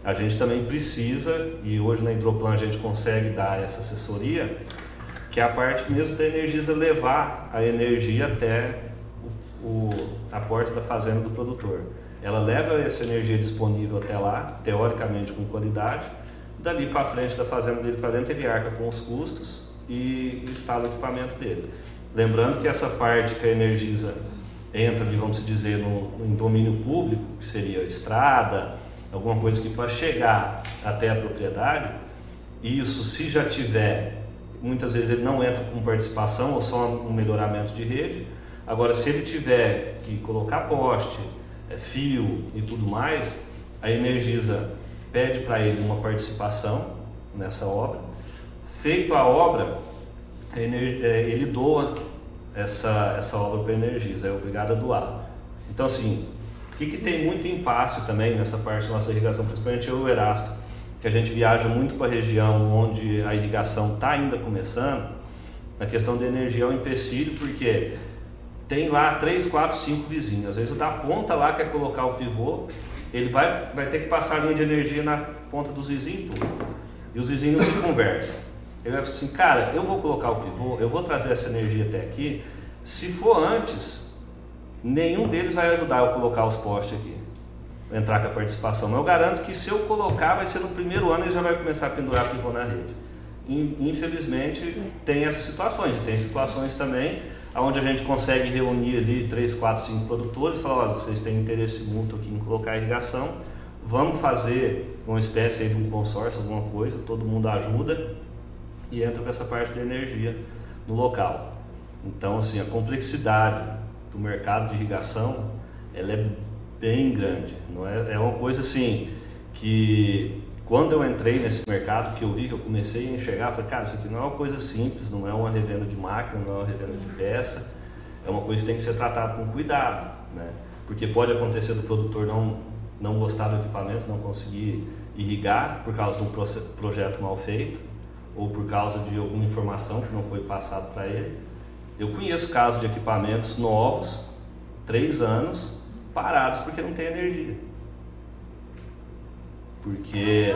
a gente também precisa, e hoje na Hidroplan a gente consegue dar essa assessoria, que é a parte mesmo da Energisa levar a energia até o, o, a porta da fazenda do produtor. Ela leva essa energia disponível até lá, teoricamente com qualidade, dali para frente da fazenda dele para dentro ele arca com os custos e instala o equipamento dele. Lembrando que essa parte que a Energisa entra ali, vamos dizer, no, no domínio público, que seria estrada, alguma coisa que para chegar até a propriedade, isso se já tiver, muitas vezes ele não entra com participação ou só um melhoramento de rede. Agora, se ele tiver que colocar poste, fio e tudo mais, a Energisa pede para ele uma participação nessa obra. Feito a obra, a Ener- ele doa essa, essa obra para a Energisa, é obrigado a doar. Então, assim, o que, que tem muito impasse também nessa parte da nossa irrigação, principalmente eu e o Erasto, que a gente viaja muito para a região onde a irrigação está ainda começando, na questão da energia é um empecilho, porque tem lá três, quatro, cinco vizinhos. Às vezes o da ponta lá quer colocar o pivô, ele vai, vai ter que passar a linha de energia na ponta dos vizinhos tudo. E os vizinhos não se conversam. Ele vai falar assim, cara, eu vou colocar o pivô, eu vou trazer essa energia até aqui. Se for antes, nenhum deles vai ajudar eu a colocar os postes aqui, entrar com a participação. Mas eu garanto que se eu colocar, vai ser no primeiro ano ele já vai começar a pendurar pivô na rede. Infelizmente tem essas situações, e tem situações também onde a gente consegue reunir ali três, quatro, cinco produtores e falar, olha, vocês têm interesse mútuo aqui em colocar irrigação, vamos fazer uma espécie aí de um consórcio, alguma coisa, todo mundo ajuda e entra com essa parte da energia no local. Então, assim, a complexidade do mercado de irrigação, ela é bem grande, não é? É uma coisa assim que quando eu entrei nesse mercado, que eu vi, que eu comecei a enxergar, eu falei, cara, isso aqui não é uma coisa simples, não é uma revenda de máquina, não é uma revenda de peça, é uma coisa que tem que ser tratada com cuidado, né? Porque pode acontecer do produtor não, não gostar do equipamento, não conseguir irrigar por causa de um projeto mal feito, ou por causa de alguma informação que não foi passada para ele. Eu conheço casos de equipamentos novos, três anos, parados porque não tem energia. Porque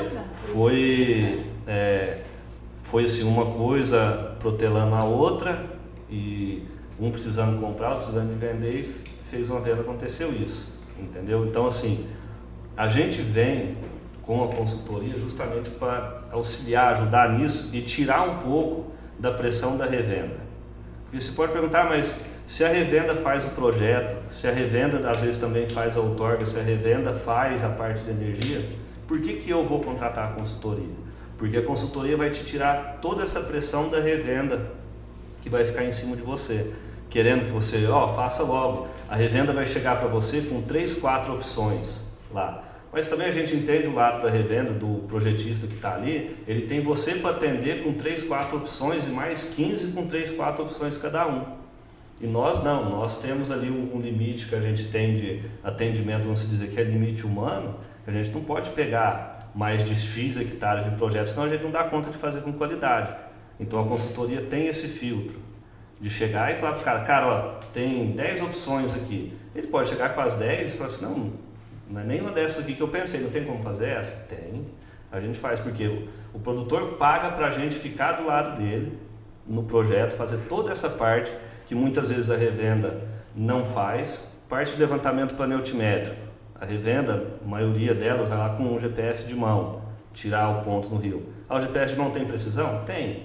foi, é, foi assim, uma coisa protelando a outra, e um precisando comprar, outro precisando de vender, e fez uma venda, aconteceu isso, entendeu? Então, assim, a gente vem com a consultoria justamente para auxiliar, ajudar nisso e tirar um pouco da pressão da revenda. Porque você pode perguntar, mas se a revenda faz o projeto, se a revenda às vezes também faz a outorga, se a revenda faz a parte de energia, por que que eu vou contratar a consultoria? Porque a consultoria vai te tirar toda essa pressão da revenda que vai ficar em cima de você, querendo que você, ó, faça logo. A revenda vai chegar para você com três, quatro opções lá. Mas também a gente entende o lado da revenda, do projetista que está ali, ele tem você para atender com três, quatro opções e mais quinze com três, quatro opções cada um. E nós não, nós temos ali um, um limite que a gente tem de atendimento, vamos dizer que é limite humano, que a gente não pode pegar mais de X hectares de projetos, senão a gente não dá conta de fazer com qualidade. Então a consultoria tem esse filtro de chegar e falar para o cara, cara, ó, tem dez opções aqui. Ele pode chegar com as dez e falar assim, não, não é nenhuma dessas aqui que eu pensei, não tem como fazer essa? Tem, a gente faz, porque o, o produtor paga para a gente ficar do lado dele no projeto, fazer toda essa parte que muitas vezes a revenda não faz, parte de levantamento planetimétrico. A revenda, a maioria delas vai lá com um G P S de mão, tirar o ponto no rio. Ah, o G P S de mão tem precisão? Tem.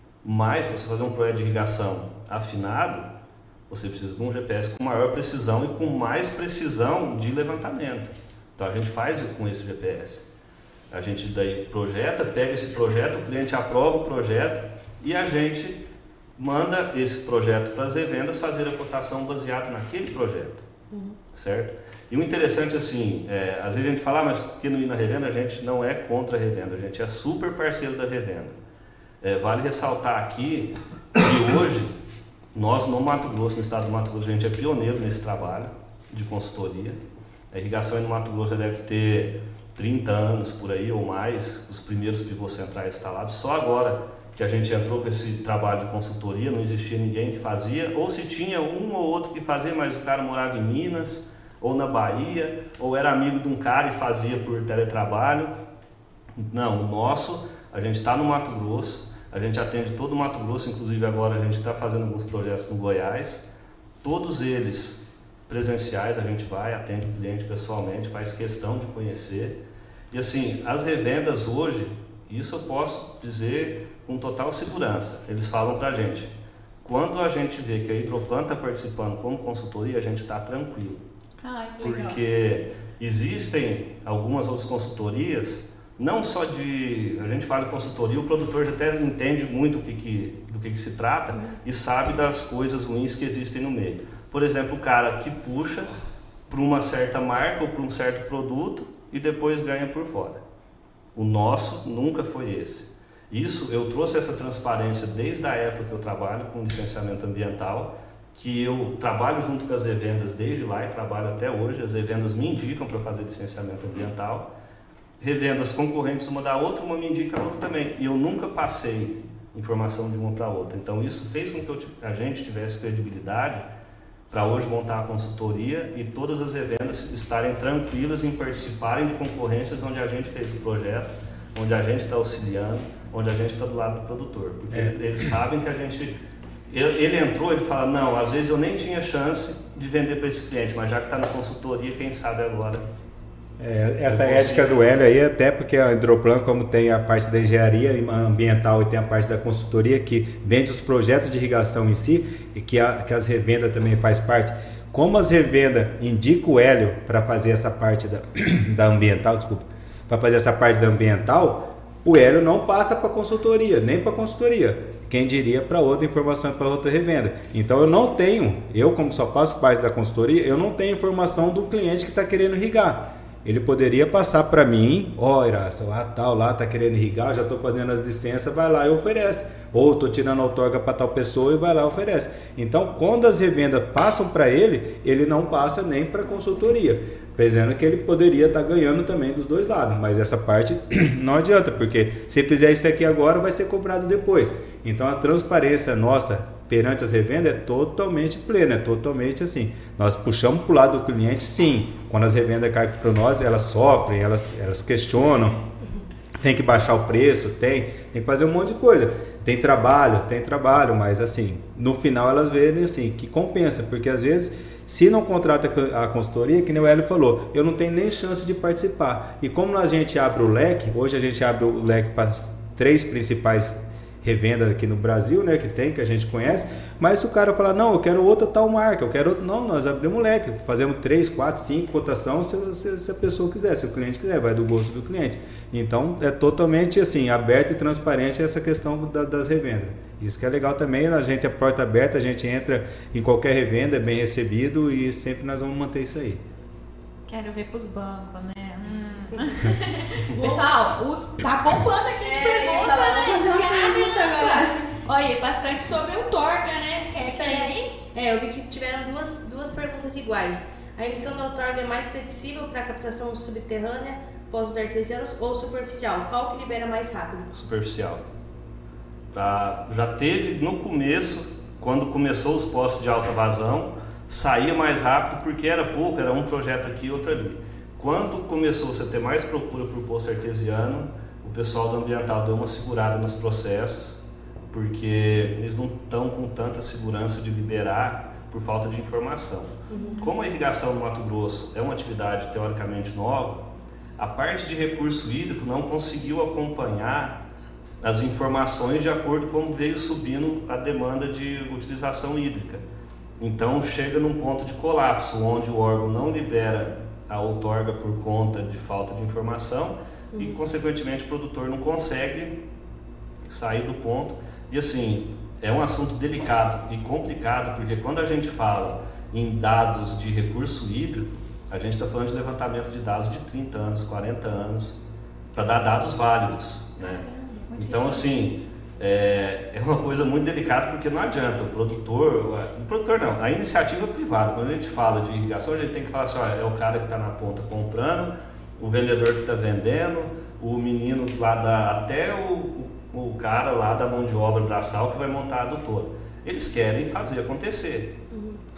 Mas para você fazer um projeto de irrigação afinado, você precisa de um G P S com maior precisão e com mais precisão de levantamento. Então a gente faz com esse G P S. A gente daí projeta, pega esse projeto, o cliente aprova o projeto e a gente manda esse projeto para as revendas fazer a cotação baseada naquele projeto, uhum. Certo? E o interessante assim, é, às vezes a gente fala, ah, mas por que não ir na revenda? A gente não é contra a revenda, a gente é super parceiro da revenda. É, vale ressaltar aqui que hoje, nós no Mato Grosso, no estado do Mato Grosso, a gente é pioneiro nesse trabalho de consultoria. A irrigação aí no Mato Grosso já deve ter trinta anos por aí ou mais, os primeiros pivôs centrais instalados. Só agora que a gente entrou com esse trabalho de consultoria, não existia ninguém que fazia, ou se tinha um ou outro que fazia, mas o cara morava em Minas, ou na Bahia, ou era amigo de um cara e fazia por teletrabalho, Não, o nosso, a gente está no Mato Grosso, a gente atende todo o Mato Grosso, inclusive agora a gente está fazendo alguns projetos no Goiás, todos eles presenciais, a gente vai, atende o cliente pessoalmente, faz questão de conhecer. E assim, as revendas hoje, isso eu posso dizer com total segurança, eles falam para a gente, quando a gente vê que a Hidroplan está participando como consultoria, a gente está tranquilo. Ai, que legal. Porque existem algumas outras consultorias, não só de... A gente fala de consultoria, o produtor já até entende muito o que que, do que, que se trata uhum. e sabe das coisas ruins que existem no meio. Por exemplo, o cara que puxa para uma certa marca ou para um certo produto e depois ganha por fora. O nosso nunca foi esse. Isso, eu trouxe essa transparência desde a época que eu trabalho com licenciamento ambiental, que eu trabalho junto com as revendas desde lá e trabalho até hoje. As revendas me indicam para fazer licenciamento ambiental. Revendas concorrentes uma da outra, uma me indica a outra também. E eu nunca passei informação de uma para outra. Então isso fez com que eu, a gente tivesse credibilidade para hoje montar a consultoria e todas as revendas estarem tranquilas em participarem de concorrências onde a gente fez o projeto, onde a gente está auxiliando, onde a gente está do lado do produtor. Porque é. eles, eles sabem que a gente... Ele, ele entrou, ele fala, não, às vezes eu nem tinha chance de vender para esse cliente, mas já que está na consultoria, quem sabe agora... É, essa ética do Hélio aí, até porque a Hidroplan, como tem a parte da engenharia ambiental e tem a parte da consultoria que vende os projetos de irrigação em si e que, a, que as revendas também faz parte, como as revendas indicam o Hélio para fazer essa parte da, da ambiental, desculpa, para fazer essa parte da ambiental, o Hélio não passa para consultoria, nem para consultoria, quem diria para outra informação, para outra revenda. Então eu não tenho, eu como só faço parte da consultoria, eu não tenho informação do cliente que está querendo irrigar. Ele poderia passar para mim, ó, oh, Irasto, lá tal, lá tá querendo irrigar, já estou fazendo as licenças, vai lá e oferece. Ou estou tirando a outorga para tal pessoa e vai lá e oferece. Então, quando as revendas passam para ele, ele não passa nem para consultoria, pensando que ele poderia estar tá ganhando também dos dois lados. Mas essa parte não adianta, porque se fizer isso aqui agora, vai ser cobrado depois. Então, a transparência nossa perante as revendas é totalmente plena, é totalmente assim. Nós puxamos para o lado do cliente, sim. Quando as revendas caem para nós, elas sofrem, elas, elas questionam, tem que baixar o preço, tem, tem que fazer um monte de coisa. Tem trabalho, tem trabalho, mas assim, no final elas veem assim, que compensa, porque às vezes, se não contrata a consultoria, que nem o Hélio falou, eu não tenho nem chance de participar. E como a gente abre o leque, hoje a gente abre o leque para as três principais revenda aqui no Brasil, né, que tem, que a gente conhece, mas se o cara falar, não, eu quero outra tal marca, eu quero outro, não, nós abrimos o leque, fazemos três, quatro, cinco cotação se, se, se a pessoa quiser, se o cliente quiser, vai do gosto do cliente. Então é totalmente assim, aberto e transparente essa questão da, das revendas. Isso que é legal também, a gente é porta aberta, a gente entra em qualquer revenda, é bem recebido e sempre nós vamos manter isso aí. Quero ver pros bancos, né? Hum. Pessoal, os, tá bombando aqui de é, pergunta, né? Fazer uma pergunta agora. Olha, bastante sobre o outorga, né? Quer isso aí? É, eu vi que tiveram duas, duas perguntas iguais. A emissão da outorga é mais flexível para captação subterrânea, poços artesianos ou superficial? Qual que libera mais rápido? Superficial. Pra, já teve no começo, quando começou os poços de alta vazão, saía mais rápido porque era pouco, era um projeto aqui e outro ali. Quando começou a ter mais procura por poço artesiano, o pessoal do ambiental deu uma segurada nos processos, porque eles não estão com tanta segurança de liberar por falta de informação. Uhum. Como a irrigação no Mato Grosso é uma atividade teoricamente nova, a parte de recurso hídrico não conseguiu acompanhar as informações de acordo com como veio subindo a demanda de utilização hídrica. Então chega num ponto de colapso, onde o órgão não libera a outorga por conta de falta de informação uhum. e, consequentemente, o produtor não consegue sair do ponto. E, assim, é um assunto delicado e complicado, porque quando a gente fala em dados de recurso hídrico, a gente está falando de levantamento de dados de trinta anos, quarenta anos, para dar dados válidos, né? Então, assim, é, é uma coisa muito delicada, porque não adianta o produtor, o produtor não, a iniciativa privada, quando a gente fala de irrigação, a gente tem que falar assim, ó, é o cara que está na ponta comprando, o vendedor que está vendendo, o menino lá da, até o, o cara lá da mão de obra braçal que vai montar a adutora. Eles querem fazer acontecer. Uhum.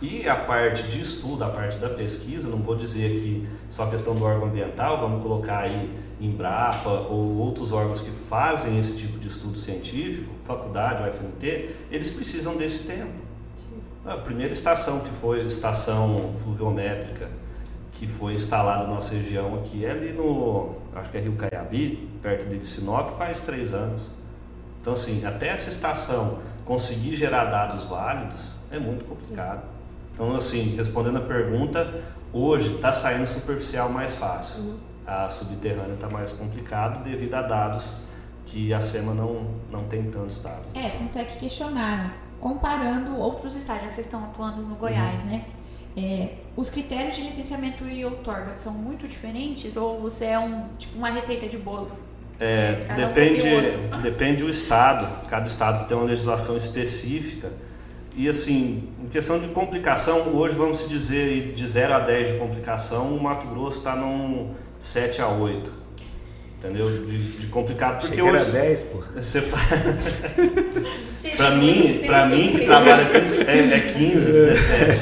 E a parte de estudo, a parte da pesquisa, não vou dizer que só questão do órgão ambiental, vamos colocar aí Embrapa ou outros órgãos que fazem esse tipo de estudo científico, faculdade, U F M T, eles precisam desse tempo. Sim. A primeira estação que foi estação fluviométrica, que foi instalada na nossa região aqui, é ali no, acho que é Rio Caiabi, perto de Sinop, faz três anos. Então assim, até essa estação conseguir gerar dados válidos é muito complicado. Então, assim, respondendo a pergunta, hoje está saindo superficial mais fácil. Uhum. A subterrânea está mais complicado devido a dados que a SEMA não, não tem tantos dados. É, tanto é que questionaram, comparando outros estados, já que vocês estão atuando no Goiás, uhum. né? É, os critérios de licenciamento e outorga são muito diferentes ou você é um, tipo, uma receita de bolo? É, é depende, um depende do estado, cada estado tem uma legislação específica. E assim, em questão de complicação, hoje vamos se dizer de zero a dez de complicação, o Mato Grosso está num sete a oito, entendeu? De, de complicado, porque Cheguei hoje... era dez, pô. Você... para mim, para mim que trabalha aqui é, é quinze, dezessete.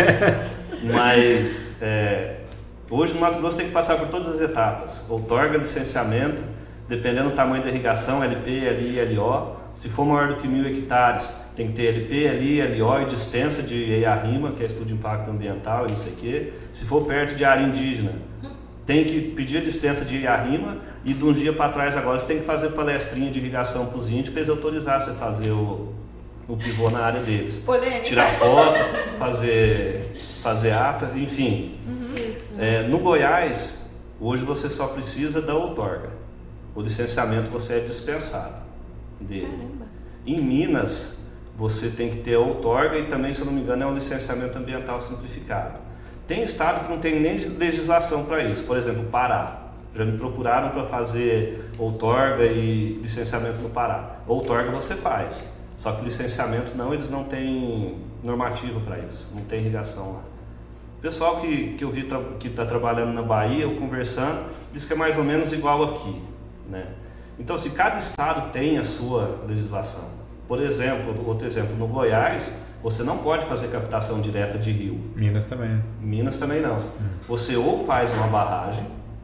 Mas é, hoje no Mato Grosso tem que passar por todas as etapas. Outorga, licenciamento, dependendo do tamanho da irrigação, L P, L I, L O. Se for maior do que mil hectares, tem que ter L P, L I, L O e dispensa de E I A RIMA, que é estudo de impacto ambiental e não sei o quê. Se for perto de área indígena, tem que pedir a dispensa de E I A RIMA e de um dia para trás agora você tem que fazer palestrinha de irrigação para os índios para eles autorizarem você fazer o, o pivô na área deles. Polêmica. Tirar foto, fazer, fazer ata, enfim. Uhum. É, no Goiás, hoje você só precisa da outorga. O licenciamento você é dispensado dele. Caramba. Em Minas, você tem que ter a outorga e também, se eu não me engano, é um licenciamento ambiental simplificado. Tem estado que não tem nem legislação para isso, por exemplo, Pará. Já me procuraram para fazer outorga e licenciamento no Pará. Outorga você faz, só que licenciamento não, eles não têm normativa para isso, não tem irrigação lá. O pessoal que, que eu vi tra que está trabalhando na Bahia, eu conversando, diz que é mais ou menos igual aqui, né? Então, se cada estado tem a sua legislação. Por exemplo, outro exemplo, no Goiás, você não pode fazer captação direta de rio. Minas também. Minas também não. Você ou faz uma barragem,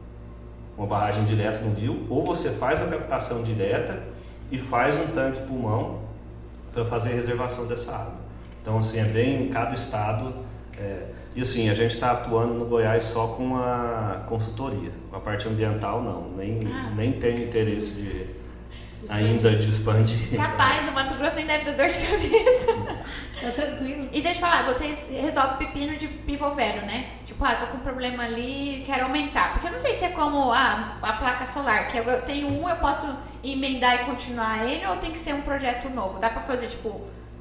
uma barragem direta no rio, ou você faz a captação direta e faz um tanque pulmão para fazer a reservação dessa água. Então, assim, é bem, cada estado... É, e assim, a gente está atuando no Goiás só com a consultoria. Com a parte ambiental, não. Nem, ah. nem tem interesse de... Expandir. Ainda de expandir. Capaz, o Mato Grosso nem deve dar dor de cabeça. Tá tranquilo. E deixa eu falar, vocês resolvem pepino de pivô velho, né? Tipo, ah, tô com um problema ali, quero aumentar. Porque eu não sei se é como ah, a placa solar, que eu tenho um, eu posso emendar e continuar ele, ou tem que ser um projeto novo? Dá pra fazer, tipo,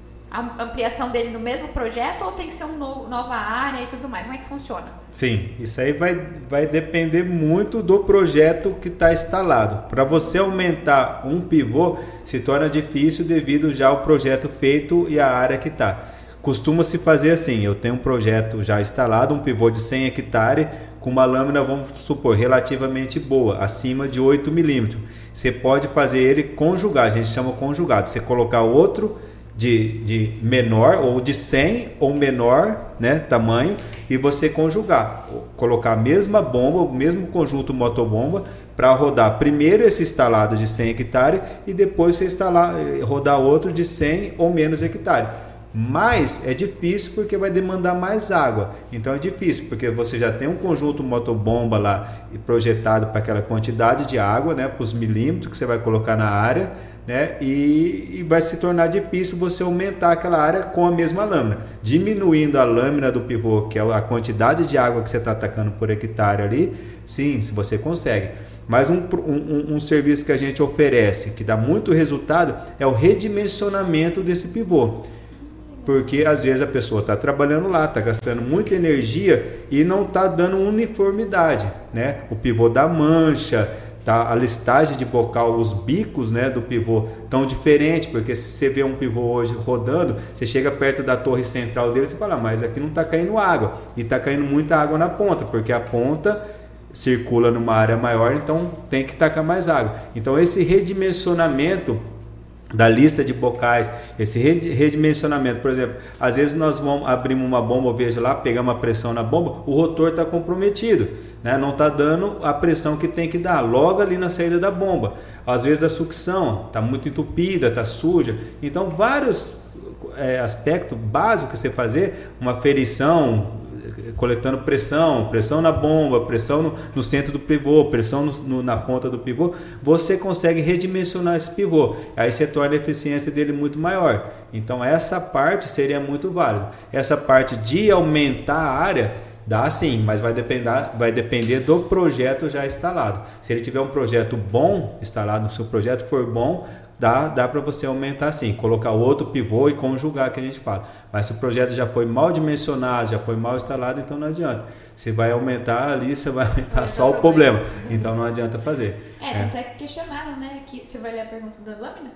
a ampliação dele no mesmo projeto, ou tem que ser uma no, nova área e tudo mais? Como é que funciona? Sim, isso aí vai, vai depender muito do projeto que está instalado. Para você aumentar um pivô, se torna difícil devido já ao projeto feito e a área que está. Costuma-se fazer assim, eu tenho um projeto já instalado, um pivô de cem hectares, com uma lâmina, vamos supor, relativamente boa, acima de oito milímetros. Você pode fazer ele conjugar, a gente chama conjugado. Você colocar outro De, de menor ou de cem ou menor, né, tamanho, e você conjugar, colocar a mesma bomba, o mesmo conjunto motobomba para rodar primeiro esse instalado de cem hectares e depois você instalar, rodar outro de cem ou menos hectares. Mas é difícil porque vai demandar mais água, então é difícil porque você já tem um conjunto motobomba lá projetado para aquela quantidade de água, né, para os milímetros que você vai colocar na área, né? E, e vai se tornar difícil você aumentar aquela área com a mesma lâmina, diminuindo a lâmina do pivô, que é a quantidade de água que você está atacando por hectare ali. Sim, você consegue. Mas um, um, um serviço que a gente oferece, que dá muito resultado, é o redimensionamento desse pivô. Porque às vezes a pessoa está trabalhando lá, está gastando muita energia e não está dando uniformidade, né? O pivô dá mancha, tá? A listagem de bocal, os bicos, né, do pivô tão diferente, porque se você vê um pivô hoje rodando, você chega perto da torre central dele e você fala, mas aqui não está caindo água, e está caindo muita água na ponta, porque a ponta circula numa área maior, então tem que tacar mais água. Então esse redimensionamento da lista de bocais, esse redimensionamento. Por exemplo, às vezes nós vamos abrir uma bomba, veja lá, pegamos uma pressão na bomba, o rotor está comprometido, né? Não está dando a pressão que tem que dar, logo ali na saída da bomba. Às vezes a sucção está muito entupida, está suja. Então, vários é, aspectos básicos que você fazer, uma ferição, coletando pressão, pressão na bomba, pressão no, no centro do pivô, pressão no, no, na ponta do pivô, você consegue redimensionar esse pivô, aí você torna a eficiência dele muito maior. Então essa parte seria muito válida. Essa parte de aumentar a área, dá sim, mas vai depender, vai depender do projeto já instalado. Se ele tiver um projeto bom instalado, se o projeto for bom, dá, dá para você aumentar sim, colocar outro pivô e conjugar, que a gente fala. Mas se o projeto já foi mal dimensionado, já foi mal instalado, então não adianta. Você vai aumentar ali, você vai aumentar vai só o problema. Então não adianta fazer. É, tanto é que questionaram, né? Que você vai ler a pergunta da lâmina?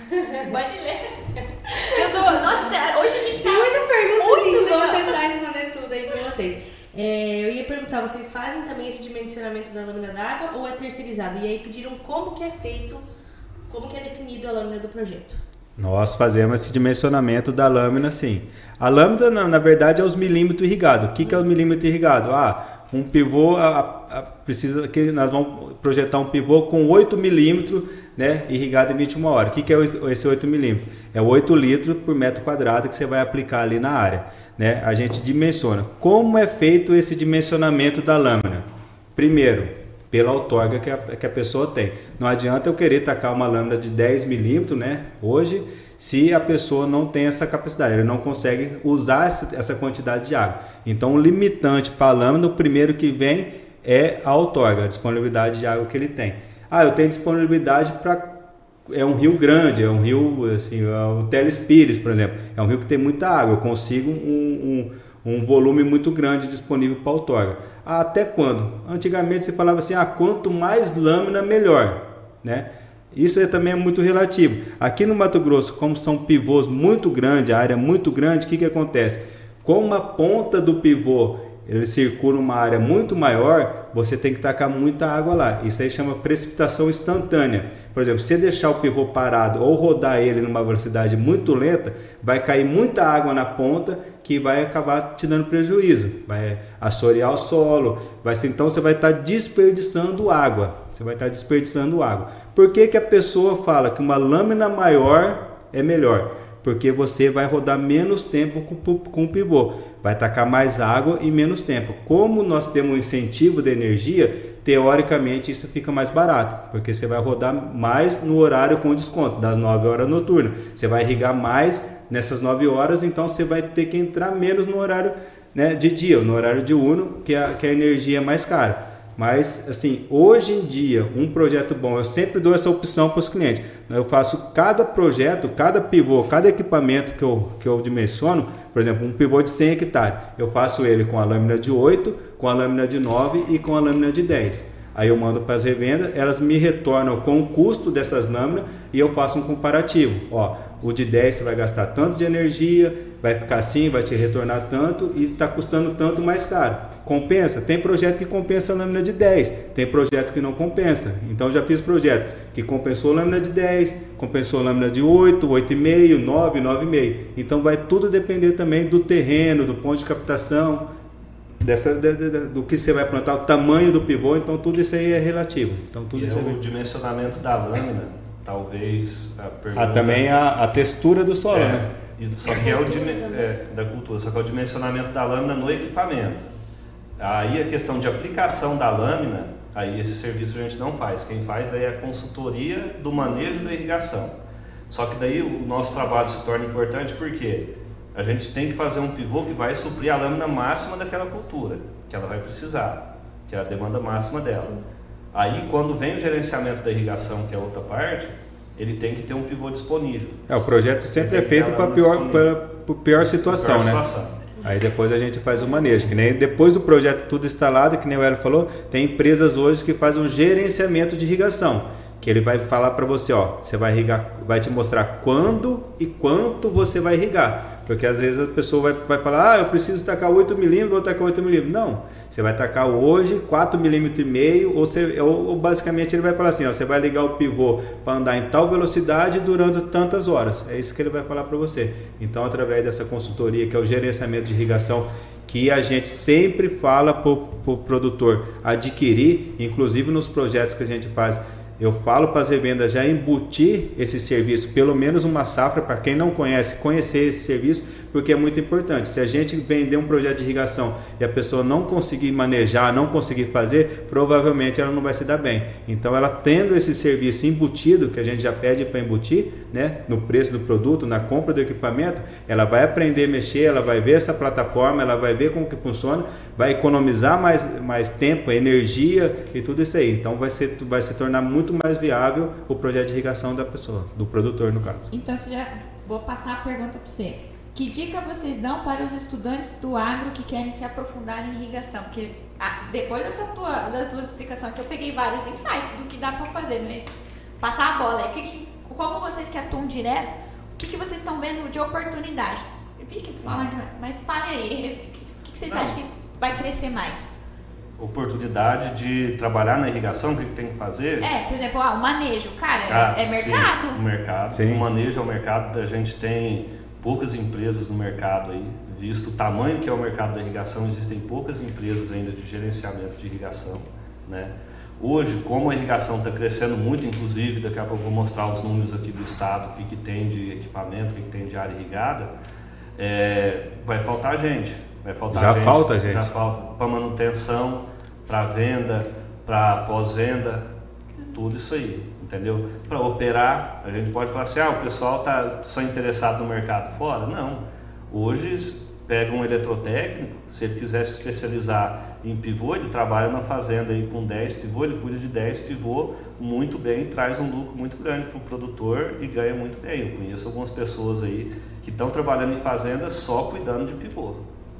Pode ler. Eu tô, nossa, hoje a gente tá... Tem muita pergunta, muito gente. legal. Vamos tentar responder tudo aí pra vocês. É, eu ia perguntar, vocês fazem também esse dimensionamento da lâmina d'água ou é terceirizado? E aí pediram como que é feito, como que é definido a lâmina do projeto. Nós fazemos esse dimensionamento da lâmina, sim. A lâmina, na, na verdade, é os milímetros irrigados. O que, que é o milímetro irrigado? Ah, um pivô, a, a, precisa que nós vamos projetar um pivô com oito milímetros, né, irrigado em vinte e uma horas. O que, que é esse oito milímetros? É oito litros por metro quadrado que você vai aplicar ali na área. Né? A gente dimensiona. Como é feito esse dimensionamento da lâmina? Primeiro, pela outorga que a, que a pessoa tem. Não adianta eu querer tacar uma lâmina de dez milímetros, né, hoje, se a pessoa não tem essa capacidade, ele não consegue usar essa, essa quantidade de água. Então, o limitante para a lâmina, o primeiro que vem é a outorga, a disponibilidade de água que ele tem. Ah, eu tenho disponibilidade para... É um rio grande, é um rio, assim, é o Teles Pires, por exemplo. É um rio que tem muita água, eu consigo um... um um volume muito grande disponível para outorga. Ah, até quando? Antigamente você falava assim, ah, quanto mais lâmina, melhor, né? Isso é, também é muito relativo. Aqui no Mato Grosso, como são pivôs muito grandes, a área é muito grande, o que, que acontece? Como a ponta do pivô ele circula uma área muito maior, você tem que tacar muita água lá. Isso aí chama precipitação instantânea. Por exemplo, se deixar o pivô parado ou rodar ele numa velocidade muito lenta, vai cair muita água na ponta que vai acabar te dando prejuízo. Vai assorear o solo, vai ser, então você vai estar desperdiçando água. Você vai estar desperdiçando água. Por que que a pessoa fala que uma lâmina maior é melhor? Porque você vai rodar menos tempo com o pivô, vai tacar mais água e menos tempo. Como nós temos um incentivo de energia, teoricamente isso fica mais barato, porque você vai rodar mais no horário com desconto, das nove horas noturnas. Você vai irrigar mais nessas nove horas, então você vai ter que entrar menos no horário, né, de dia, no horário diurno, que a, que a energia é mais cara. Mas, assim, hoje em dia, um projeto bom, eu sempre dou essa opção para os clientes. Eu faço cada projeto, cada pivô, cada equipamento que eu, que eu dimensiono, por exemplo, um pivô de cem hectares, eu faço ele com a lâmina de oito, com a lâmina de nove e com a lâmina de dez. Aí eu mando para as revendas, elas me retornam com o custo dessas lâminas e eu faço um comparativo. Ó, o de dez você vai gastar tanto de energia, vai ficar assim, vai te retornar tanto e está custando tanto mais caro. Compensa? Tem projeto que compensa a lâmina de dez, tem projeto que não compensa. Então já fiz projeto que compensou a lâmina de dez, compensou a lâmina de oito, oito vírgula cinco, nove, nove vírgula cinco. Então vai tudo depender também do terreno, do ponto de captação, dessa, de, de, do que você vai plantar, o tamanho do pivô, então tudo isso aí é relativo. Então, tudo e isso é é o dimensionamento da lâmina, talvez a pergunta... Ah, também a, a textura do solo, é, né? Só que é o é, da cultura, só que é o dimensionamento da lâmina no equipamento. Aí a questão de aplicação da lâmina, aí esse serviço a gente não faz. Quem faz daí é a consultoria do manejo da irrigação. Só que daí o nosso trabalho se torna importante porque a gente tem que fazer um pivô que vai suprir a lâmina máxima daquela cultura, que ela vai precisar, que é a demanda máxima dela. Sim. Aí quando vem o gerenciamento da irrigação, que é outra parte, ele tem que ter um pivô disponível. É, o projeto sempre é feito para a pior, para pior situação, pior né? Situação. Aí depois a gente faz o manejo, que nem depois do projeto tudo instalado, que nem o Hélio falou, tem empresas hoje que fazem um gerenciamento de irrigação, que ele vai falar para você, ó, você vai irrigar, vai te mostrar quando e quanto você vai irrigar. Porque às vezes a pessoa vai, vai falar, ah, eu preciso tacar oito milímetros, vou tacar oito milímetros. Não, você vai tacar hoje quatro milímetros e meio, ou, você, ou, ou basicamente ele vai falar assim, ó, você vai ligar o pivô para andar em tal velocidade durante tantas horas. É isso que ele vai falar para você. Então, através dessa consultoria, que é o gerenciamento de irrigação, que a gente sempre fala para o pro produtor adquirir, inclusive nos projetos que a gente faz, eu falo para as revendas já embutir esse serviço, pelo menos uma safra, para quem não conhece, conhecer esse serviço, porque é muito importante. Se a gente vender um projeto de irrigação e a pessoa não conseguir manejar, não conseguir fazer, provavelmente ela não vai se dar bem. Então, ela tendo esse serviço embutido, que a gente já pede para embutir, né, no preço do produto, na compra do equipamento, ela vai aprender a mexer, ela vai ver essa plataforma, ela vai ver como que funciona, vai economizar mais, mais tempo, energia e tudo isso aí. Então, vai, ser, vai se tornar muito mais viável o projeto de irrigação da pessoa, do produtor no caso. Então, você já vou passar a pergunta para você. Que dica vocês dão para os estudantes do agro que querem se aprofundar em irrigação? Porque ah, depois dessa tua, das duas explicações que eu peguei vários insights do que dá para fazer, mas passar a bola, que, que, como vocês que atuam direto, o que, que vocês estão vendo de oportunidade? Eu vi que falam demais, mas fale aí, o que, que vocês Não. acham que vai crescer mais? Oportunidade de trabalhar na irrigação, o que, que tem que fazer? É, por exemplo, ah, o manejo, cara, ah, é mercado. Sim, o mercado. Sim. O manejo é o mercado, a gente tem poucas empresas no mercado aí, visto o tamanho que é o mercado da irrigação, existem poucas empresas ainda de gerenciamento de irrigação, né? Hoje, como a irrigação está crescendo muito, inclusive, daqui a pouco eu vou mostrar os números aqui do estado, o que, que tem de equipamento, o que, que tem de área irrigada, é, vai faltar gente. Vai faltar já gente, falta gente. Já falta para manutenção, para venda, para pós-venda, tudo isso aí, entendeu? Para operar, a gente pode falar assim, ah, o pessoal está só interessado no mercado fora? Não. Hoje, pega um eletrotécnico, se ele quiser se especializar em pivô, ele trabalha na fazenda aí com dez pivô, ele cuida de dez pivô muito bem, traz um lucro muito grande para o produtor e ganha muito bem. Eu conheço algumas pessoas aí que estão trabalhando em fazenda só cuidando de pivô.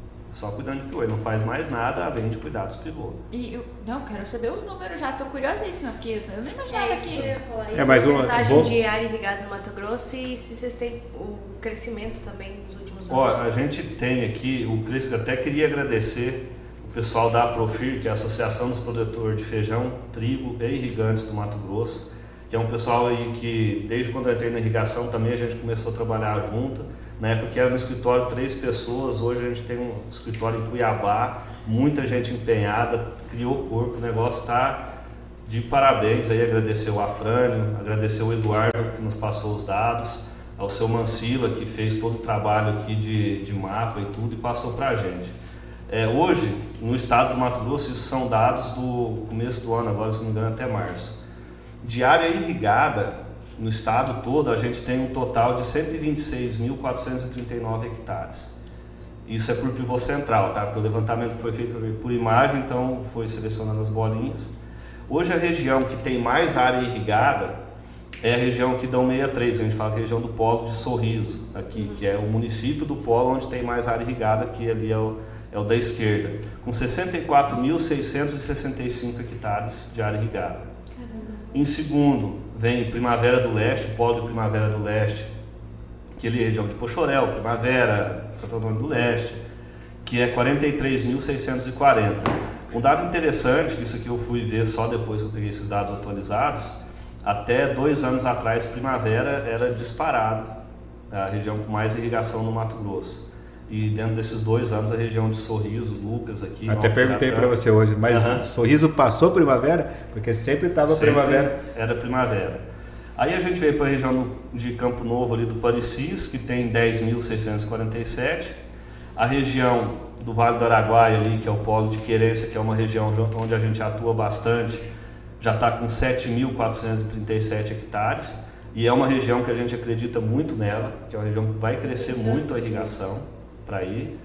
Só cuidando de pivô, ele não faz mais nada além de cuidar dos pivô. E eu não, quero saber os números já, estou curiosíssima, porque eu não imaginava é, que... Eu ia falar. E é, mas a porcentagem vou... de área irrigada no Mato Grosso e se vocês têm o crescimento também nos últimos anos? Ó, a gente tem aqui, o crescimento, até queria agradecer o pessoal da Aprofir, que é a Associação dos Produtores de Feijão, Trigo e Irrigantes do Mato Grosso, que é um pessoal aí que, desde quando eu entrei na irrigação, também a gente começou a trabalhar junto. Na época que era no escritório três pessoas, hoje a gente tem um escritório em Cuiabá, muita gente empenhada, criou corpo, o negócio está de parabéns aí, agradecer o Afrânio, agradecer o Eduardo que nos passou os dados, ao seu Mancila que fez todo o trabalho aqui de, de mapa e tudo e passou para a gente. É, hoje, no estado do Mato Grosso, isso são dados do começo do ano, agora se não me engano até março. De área irrigada, no estado todo, a gente tem um total de cento e vinte e seis mil quatrocentos e trinta e nove hectares. Isso é por pivô central, tá? Porque o levantamento foi feito por imagem, então foi selecionando as bolinhas. Hoje a região que tem mais área irrigada é a região aqui da cento e sessenta e três, a gente fala que é a região do polo de Sorriso, aqui, que é o município do polo onde tem mais área irrigada, que ali é o, é o da esquerda, com sessenta e quatro mil seiscentos e sessenta e cinco hectares de área irrigada. Em segundo, vem Primavera do Leste, o polo de Primavera do Leste, que ali é a região de Pochorel, Primavera, Santo Antônio do Leste, que é quarenta e três mil seiscentos e quarenta. Um dado interessante, que isso aqui eu fui ver só depois que eu peguei esses dados atualizados, até dois anos atrás, Primavera era disparado, a região com mais irrigação no Mato Grosso. E dentro desses dois anos, a região de Sorriso, Lucas aqui... Até perguntei para você hoje, mas uhum. Sorriso passou Primavera? Porque sempre estava Primavera. Era Primavera. Aí a gente veio para a região de Campo Novo, ali do Parecis, que tem dez mil seiscentos e quarenta e sete. A região do Vale do Araguaia, ali, que é o polo de Querência, que é uma região onde a gente atua bastante, já está com sete mil quatrocentos e trinta e sete hectares. E é uma região que a gente acredita muito nela, que é uma região que vai crescer muito a irrigação. Para ir.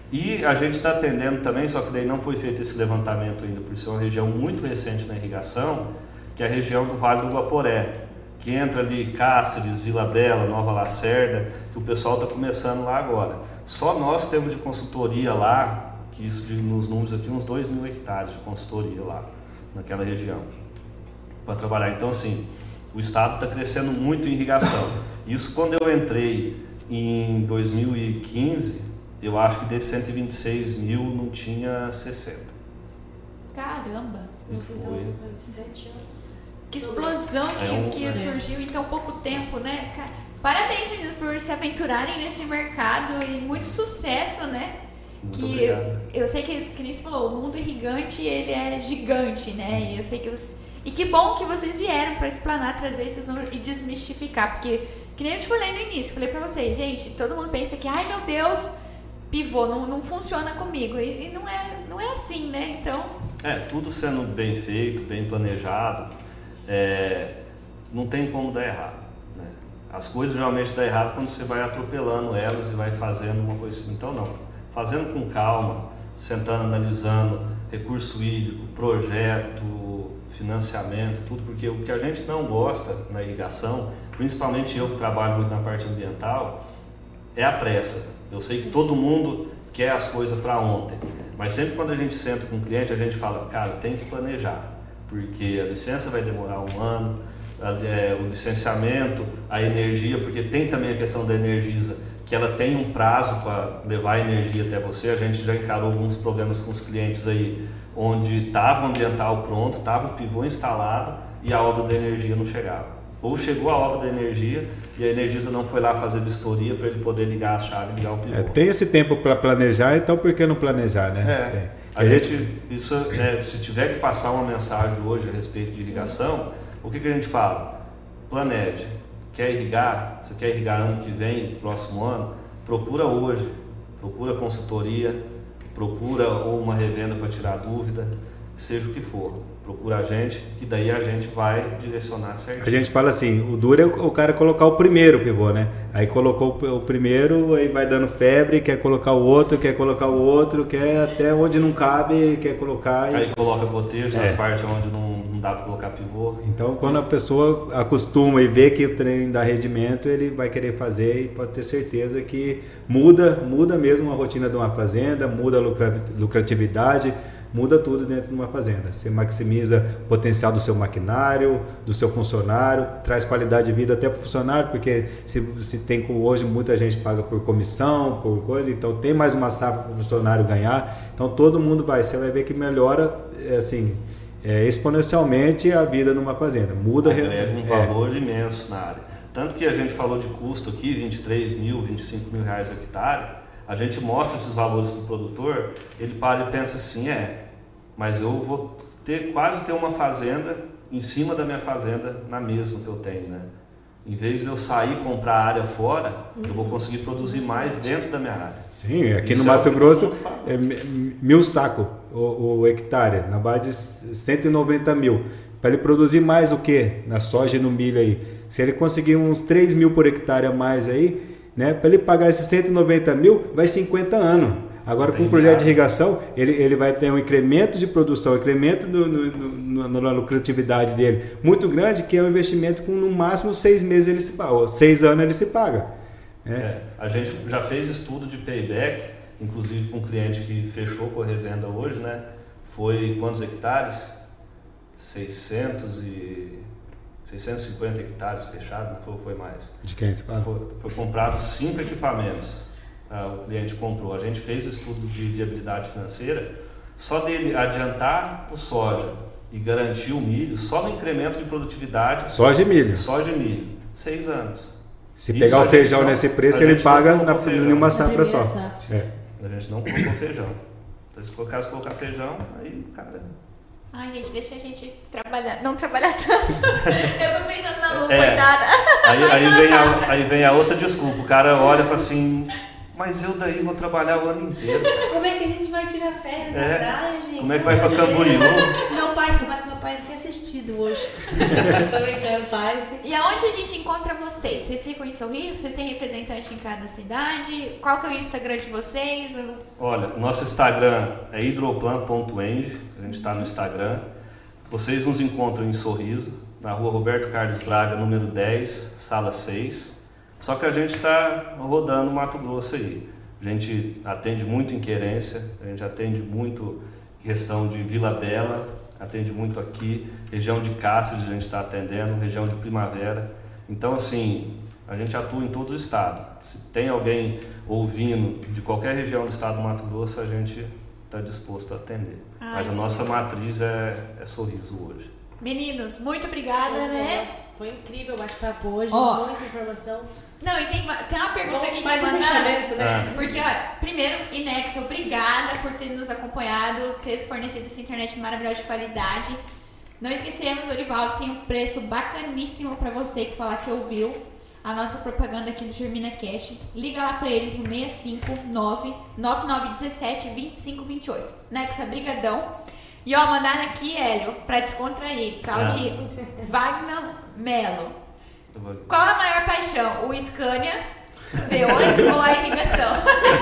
E a gente está atendendo também, só que daí não foi feito esse levantamento ainda, por ser uma região muito recente na irrigação, que é a região do Vale do Guaporé, que entra ali Cáceres, Vila Bela, Nova Lacerda, que o pessoal está começando lá agora. Só nós temos de consultoria lá, que isso de, nos números aqui, uns dois mil hectares de consultoria lá, naquela região, para trabalhar. Então assim, o estado está crescendo muito em irrigação. Isso quando eu entrei em dois mil e quinze, eu acho que desses cento e vinte e seis mil não tinha sessenta. Caramba! E Nossa, então, foi. sete anos. Que explosão que, É um- que é. surgiu em tão pouco tempo, né? Ca- Parabéns, meninos, por se aventurarem nesse mercado e muito sucesso, né? Muito que obrigado. eu sei que, que nem você falou, o mundo irrigante, ele é gigante, né? E eu sei que os... E que bom que vocês vieram para explanar, trazer esses números e desmistificar, porque, que nem eu te falei no início, falei pra vocês, gente, todo mundo pensa que, ai meu Deus, pivô, não, não funciona comigo. E, e não, é, não é assim, né? Então, É, tudo sendo bem feito, bem planejado, é, não tem como dar errado, né? As coisas geralmente dão errado quando você vai atropelando elas e vai fazendo uma coisa assim. Então não, fazendo com calma, sentando, analisando recurso hídrico, projeto, financiamento, tudo, porque o que a gente não gosta na irrigação, principalmente eu que trabalho muito na parte ambiental, é a pressa. Eu sei que todo mundo quer as coisas para ontem, mas sempre quando a gente senta com o cliente, a gente fala, cara, tem que planejar, porque a licença vai demorar um ano, a, é, o licenciamento, a energia, porque tem também a questão da Energisa, que ela tem um prazo para levar a energia até você. A gente já encarou alguns problemas com os clientes aí, onde estava o ambiental pronto, estava o pivô instalado e a obra da energia não chegava. Ou chegou a obra da energia e a Energisa não foi lá fazer vistoria para ele poder ligar a chave e ligar o pivô. É, tem esse tempo para planejar, então por que não planejar, né? É, Tem. a gente, isso, é, se tiver que passar uma mensagem hoje a respeito de irrigação, o que, que a gente fala? Planeje. Quer irrigar? Você quer irrigar ano que vem, próximo ano? Procura hoje, procura consultoria, procura ou uma revenda para tirar dúvida, seja o que for. Procura a gente, que daí a gente vai direcionar certinho. A gente fala assim, o duro é o cara colocar o primeiro pivô, né? Aí colocou o primeiro, aí vai dando febre, quer colocar o outro, quer colocar o outro, quer até onde não cabe, quer colocar. E... Aí coloca gotejo É. nas partes onde não, não dá para colocar pivô. Então, quando a pessoa acostuma e vê que o trem dá rendimento, ele vai querer fazer e pode ter certeza que muda, muda mesmo a rotina de uma fazenda, muda a lucra- lucratividade, muda tudo dentro de uma fazenda. Você maximiza o potencial do seu maquinário, do seu funcionário, traz qualidade de vida até para o funcionário, porque se, se tem hoje muita gente paga por comissão, por coisa, então tem mais uma safra para o funcionário ganhar. Então todo mundo vai, você vai ver que melhora assim, é, exponencialmente a vida numa fazenda. Muda Agrega um é, valor imenso na área. Tanto que a gente falou de custo aqui, vinte e três mil, vinte e cinco mil reais o hectare. A gente mostra esses valores para o produtor, ele para e pensa assim, é, mas eu vou ter, quase ter uma fazenda em cima da minha fazenda na mesma que eu tenho, né? Em vez de eu sair e comprar área fora, eu vou conseguir produzir mais dentro da minha área. Sim, aqui Isso no é Mato o que Grosso todo mundo fala. é mi- mil sacos o, o hectare, na base de cento e noventa mil. Para ele produzir mais o que? Na soja e no milho aí. Se ele conseguir uns três mil por hectare a mais aí, né? Para ele pagar esses cento e noventa mil, vai cinquenta anos. Agora, com o projeto de irrigação, ele, ele vai ter um incremento de produção, um incremento no, no, no, na lucratividade dele muito grande, que é um investimento com no máximo seis meses ele se paga, ou seis anos ele se paga. Né? É, a gente já fez estudo de payback, inclusive com um cliente que fechou com a revenda hoje, né? Foi quantos hectares? seiscentos e seiscentos e cinquenta hectares fechados, não foi, foi mais. De quem você fala? Foi, foi comprado cinco equipamentos, tá? O cliente comprou. A gente fez o estudo de viabilidade financeira, só dele adiantar o soja e garantir o milho, só no incremento de produtividade, Soja e milho. soja e milho, seis anos. Se Isso pegar a o gente feijão não- nesse preço, a ele gente não paga colocou na, feijão. em uma Na safra só. primeira safra. É. A gente não colocou feijão. Então, se colocar, se colocar feijão, aí, cara... ai, gente, deixa a gente trabalhar, não trabalhar tanto. Eu tô pensando na Lu, É. coitada. Aí, aí, vem a, aí vem a outra desculpa. O cara olha e fala assim, mas eu daí vou trabalhar o ano inteiro. Como é que a gente vai tirar férias É. na praia, gente? Como é que vai pra Camboriú? Meu pai, tomara que meu pai não tenha assistido hoje. Tô brincando, pai. E aonde a gente encontra vocês? Vocês ficam em Sorriso? Vocês têm representante em cada cidade? Qual que é o Instagram de vocês? Olha, nosso Instagram é hidroplan ponto eng, a gente está no Instagram. Vocês nos encontram em Sorriso, na rua Roberto Carlos Braga, número dez, sala seis. Só que a gente está rodando Mato Grosso aí. A gente atende muito em Querência, a gente atende muito questão de Vila Bela, atende muito aqui, região de Cáceres a gente está atendendo, região de Primavera. Então, assim, a gente atua em todo o estado. Se tem alguém ouvindo de qualquer região do estado do Mato Grosso, a gente está disposto a atender. Ai, Mas a nossa matriz é, é Sorriso hoje. Meninos, muito obrigada, foi, né? Foi incrível o bate-papo hoje, oh. muita informação. Não, e tem, tem uma pergunta Vamos, que a gente faz um fechamento, né? Ah. Porque, olha, primeiro, Inexa, obrigada por ter nos acompanhado, ter fornecido essa internet maravilhosa de qualidade. Não esquecemos, Orivaldo, tem um preço bacaníssimo pra você que falar que ouviu a nossa propaganda aqui do Germina Cash. Liga lá pra eles no seis cinco nove, nove nove um sete, dois cinco dois oito. Nexa, brigadão. E ó, mandaram aqui, Hélio, pra descontrair, tal ah. de Wagner Melo. Qual a maior paixão? O Scania, V oito ou a irrigação?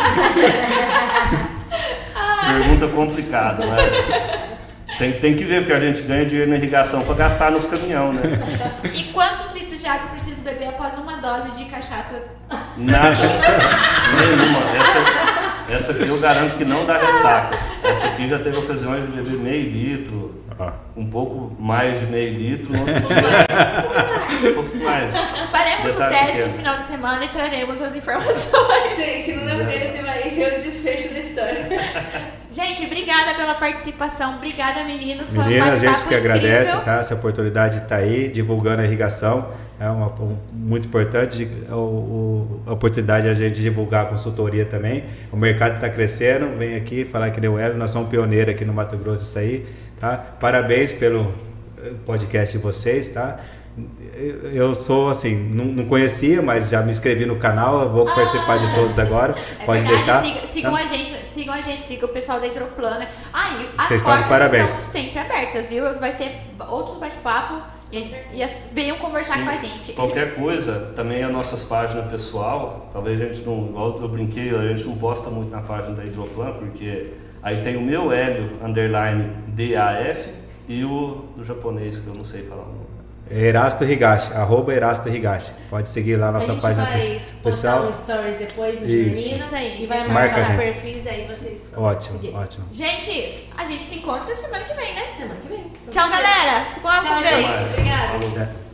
Pergunta complicada, né? Tem, tem que ver, porque a gente ganha dinheiro na irrigação para gastar nos caminhões, né? E quantos litros de água eu preciso beber após uma dose de cachaça? Nada, nenhuma. Essa, essa aqui eu garanto que não dá ressaca. Essa aqui já teve ocasiões de beber meio litro, um pouco mais de meio litro, no outro dia, um pouco mais. Faremos Detalhe o teste pequeno. no final de semana e traremos as informações. Segunda-feira você vai ver o desfecho da história. Gente, obrigada pela participação. Obrigada, meninos. Meninas, Foi um a gente que incrível. agradece, tá? Essa oportunidade está aí, divulgando a irrigação. É uma, um, muito importante o, o, a oportunidade de a gente divulgar a consultoria também. O mercado está crescendo. Vem aqui falar que nem o Hélio, nós somos pioneiros aqui no Mato Grosso isso aí. Tá? Parabéns pelo podcast de vocês, tá? Eu sou assim, não, não conhecia, mas já me inscrevi no canal, vou ah, participar de todos agora. É Pode verdade, deixar. Siga, sigam, tá? a gente, sigam a gente, sigam o pessoal da Hidroplana. Ah, e as Vocês estão de parabéns. Estão sempre abertas, viu? Vai ter outros bate-papos e, e venham conversar Sim, com a gente. Qualquer coisa, também as nossas páginas pessoal, talvez a gente não, igual eu brinquei, a gente não posta muito na página da Hidroplan, porque aí tem o meu Hélio, underline D A F, e o do japonês, que eu não sei falar o nome. Erasto Higashi, arroba Erasto Higashi. Pode seguir lá a nossa a gente página vai pessoal. Postar um stories depois no Isso. Germina Isso aí. e vai Marca marcar os a gente. perfis aí vocês Ótimo, seguir. ótimo. Gente, a gente se encontra semana que vem, né? Semana que vem. Tchau, galera. Ficou uma Tchau, com Deus. gente. Obrigada. Falou. É.